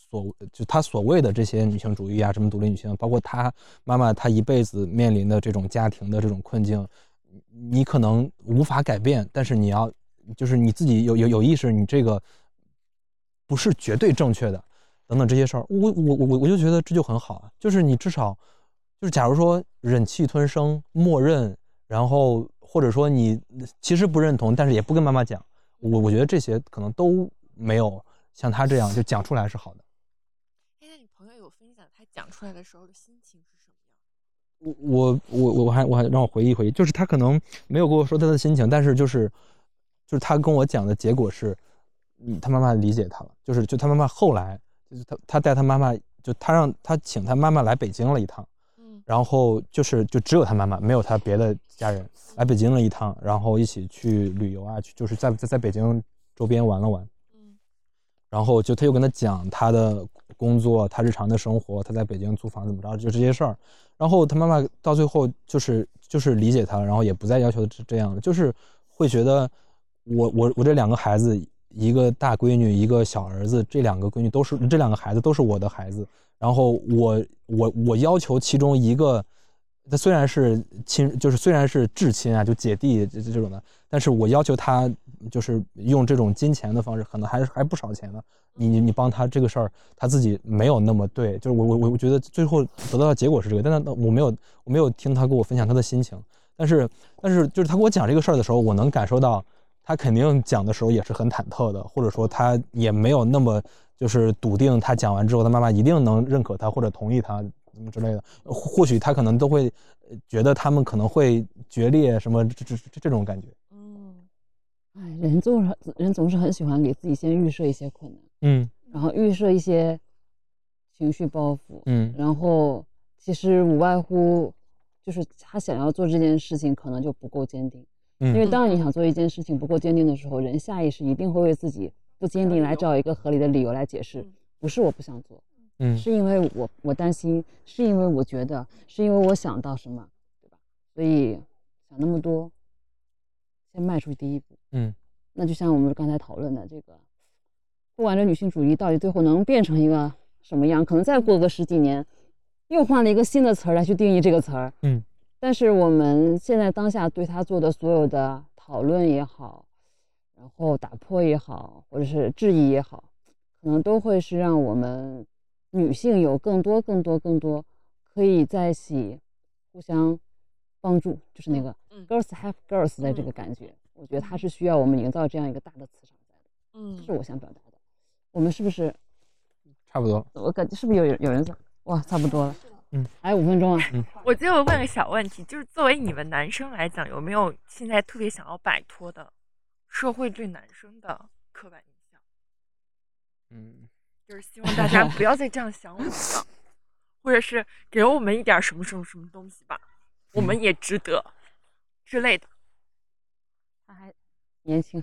所就她所谓的这些女性主义啊，什么独立女性，包括她妈妈她一辈子面临的这种家庭的这种困境，你可能无法改变，但是你要就是你自己有有有意识，你这个不是绝对正确的，等等这些事儿，我我我我就觉得这就很好啊，就是你至少就是假如说忍气吞声，默认，然后或者说你其实不认同，但是也不跟妈妈讲，我我觉得这些可能都没有像他这样就讲出来是好的。 哎，那你朋友有分享他讲出来的时候的心情是什么样？ 我我我我还我还让我回忆回忆，就是他可能没有跟我说他的心情，但是就是就是他跟我讲的结果是，嗯，他妈妈理解他了，就是就他妈妈后来就是他他带他妈妈，就他让他请他妈妈来北京了一趟，嗯，然后就是就只有他妈妈，没有他别的家人来北京了一趟，然后一起去旅游啊，去就是在在在北京周边玩了玩，嗯，然后就他又跟他讲他的工作，他日常的生活，他在北京租房怎么着，就这些事儿。然后他妈妈到最后就是就是理解他，然后也不再要求这样的，就是会觉得我我我这两个孩子，一个大闺女，一个小儿子，这两个闺女都是这两个孩子都是我的孩子。然后我我我要求其中一个，他虽然是亲，就是虽然是至亲啊，就姐弟这这种的，但是我要求他就是用这种金钱的方式，可能还还不少钱呢。你你你帮他这个事儿，他自己没有那么对，就是我我我觉得最后得到的结果是这个，但是我没有我没有听他跟我分享他的心情，但是但是就是他跟我讲这个事儿的时候，我能感受到他肯定讲的时候也是很忐忑的，或者说他也没有那么就是笃定，他讲完之后他妈妈一定能认可他或者同意他什么之类的，或许他可能都会觉得他们可能会决裂什么这这这这种感觉。 嗯，哎，人总是人总是很喜欢给自己先预设一些困难。 嗯， 然后预设一些情绪包袱， 嗯， 然后其实无外乎就是他想要做这件事情可能就不够坚定，嗯，因为当你想做一件事情不够坚定的时候，人下意识一定会为自己不坚定来找一个合理的理由来解释，不是我不想做，嗯，是因为我我担心，是因为我觉得，是因为我想到什么，对吧？所以想那么多，先迈出第一步，嗯，那就像我们刚才讨论的这个。不管这女性主义到底最后能变成一个什么样，可能再过个十几年，又换了一个新的词儿来去定义这个词儿。嗯，但是我们现在当下对它做的所有的讨论也好，然后打破也好，或者是质疑也好，可能都会是让我们女性有更多、更多、更多可以在一起互相帮助，就是那个 girls have girls 的这个感觉。嗯、我觉得它是需要我们营造这样一个大的磁场在的。嗯，这是我想表达的。我们是不是差不多？ 我感觉是不是有有人在？哇，差不多了。嗯，还有五分钟啊。嗯， 我就问个小问题，就是作为你们男生来讲，有没有现在特别想要摆脱的社会对男生的刻板印象？嗯，就是希望大家不要再这样想我们了，或者是给我们一点什么什么什么东西吧，我们也值得之类的。 他还年轻。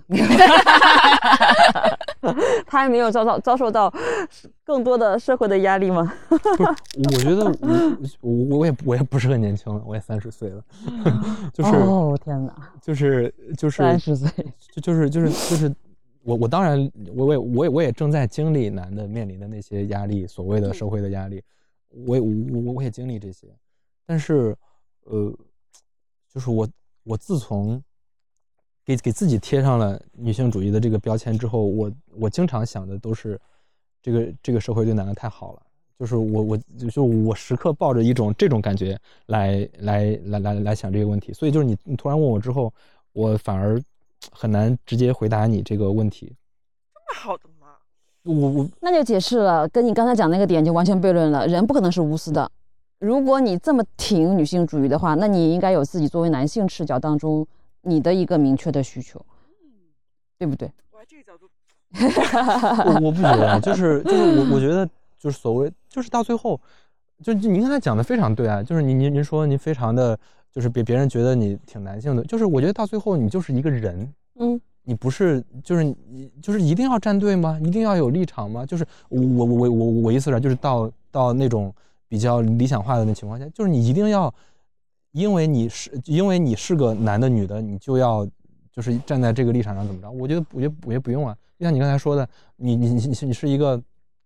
他还没有遭到遭受到更多的社会的压力吗？ 不是，我觉得我我我也我也不是很年轻了，我也三十岁了，就是哦天哪， 就是就是三十岁， 就就是就是就是我我当然我也我也我也正在经历男的面临的那些压力，所谓的社会的压力，我也我我我也经历这些，但是呃，就是我我自从。给给自己贴上了女性主义的这个标签之后，我我经常想的都是，这个这个社会对男的太好了，就是我我就是我时刻抱着一种这种感觉来来来来来想这个问题，所以就是你你突然问我之后，我反而很难直接回答你这个问题。 这么好的吗？ 我我那就解释了，跟你刚才讲那个点就完全悖论了。人不可能是无私的，如果你这么挺女性主义的话，那你应该有自己作为男性视角当中。你的一个明确的需求，对不对？ 我这个角度， 我我不觉得，就是就是我我觉得就是所谓就是到最后，就您刚才讲的非常对啊，就是您您您说您非常的就是别别人觉得你挺男性的，就是我觉得到最后你就是一个人，嗯，你不是就是你就是一定要站队吗？一定要有立场吗？就是我我我我我意思是就是到到那种比较理想化的那情况下，就是你一定要。因为你是因为你是个男的女的，你就要就是站在这个立场上怎么着？我觉得我觉得我觉得不用啊。就像你刚才说的，你你你你是一个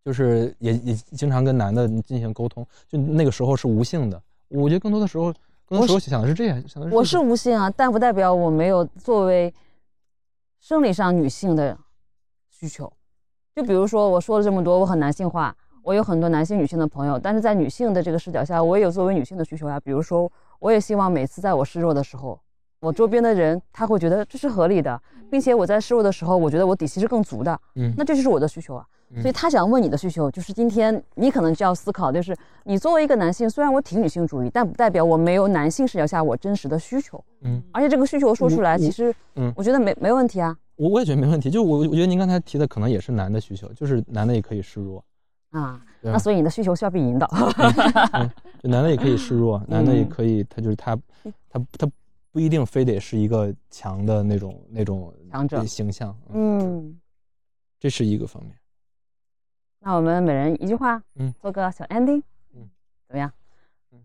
就是也也经常跟男的进行沟通，就那个时候是无性的。我觉得更多的时候，更多时候想的是这样，想的是、这个、 我是无性啊，但不代表我没有作为生理上女性的需求。就比如说我说了这么多，我很男性化，我有很多男性女性的朋友，但是在女性的这个视角下，我也有作为女性的需求呀。比如说，我也希望每次在我示弱的时候，我周边的人他会觉得这是合理的，并且我在示弱的时候，我觉得我底气是更足的，嗯，那这就是我的需求啊。所以他想问你的需求，就是今天你可能就要思考，就是你作为一个男性，虽然我挺女性主义，但不代表我没有男性视角下我真实的需求。嗯，而且这个需求说出来，其实嗯，我觉得没没问题啊。 我我也觉得没问题，就我我觉得您刚才提的可能也是男的需求，就是男的也可以示弱啊。那所以你的需求需要被引导。 嗯嗯、就男的也可以示弱，男的也可以，他就是他他他不一定非得是一个强的那种那种强者形象。 嗯， 这是一个方面。 那我们每人一句话， 嗯， 做个小 ending， 嗯， 怎么样？ 嗯，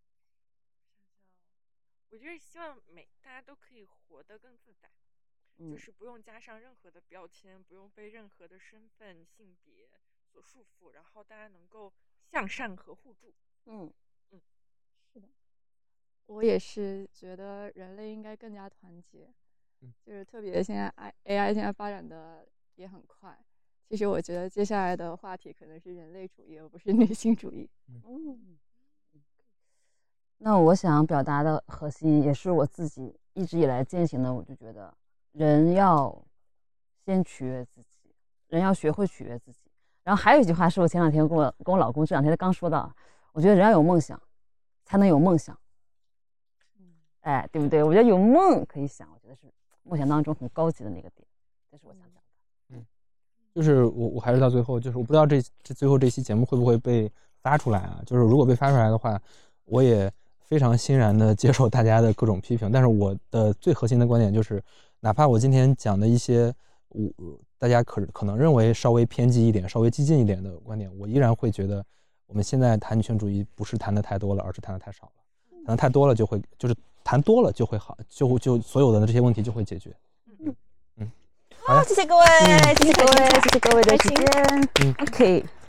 我就是希望每大家都可以活得更自在，嗯，就是不用加上任何的标签，不用被任何的身份、性别所束缚，然后大家能够向善和互助。 嗯嗯，是的，我也是觉得人类应该更加团结，嗯，就是特别现在 A I 现在发展的也很快。其实我觉得接下来的话题可能是人类主义，而不是女性主义。 嗯，那我想表达的核心也是我自己一直以来践行的，我就觉得人要先取悦自己，人要学会取悦自己。然后还有一句话是我前两天跟我跟我老公这两天刚说到，我觉得人要有梦想，才能有梦想。哎，对不对？我觉得有梦可以想，我觉得是梦想当中很高级的那个点，这是我想讲的。 就是我，我还是到最后，就是我不知道这这最后这期节目会不会被发出来啊？就是如果被发出来的话，我也非常欣然的接受大家的各种批评。但是我的最核心的观点就是，哪怕我今天讲的一些我大家可可能认为稍微偏激一点、稍微激进一点的观点，我依然会觉得我们现在谈女权主义不是谈的太多了，而是谈的太少了。谈的太多了就会就是谈多了就会好，就就所有的这些问题就会解决。嗯。 好，谢谢各位，嗯、谢谢各位，谢谢各位的时间。嗯 OK。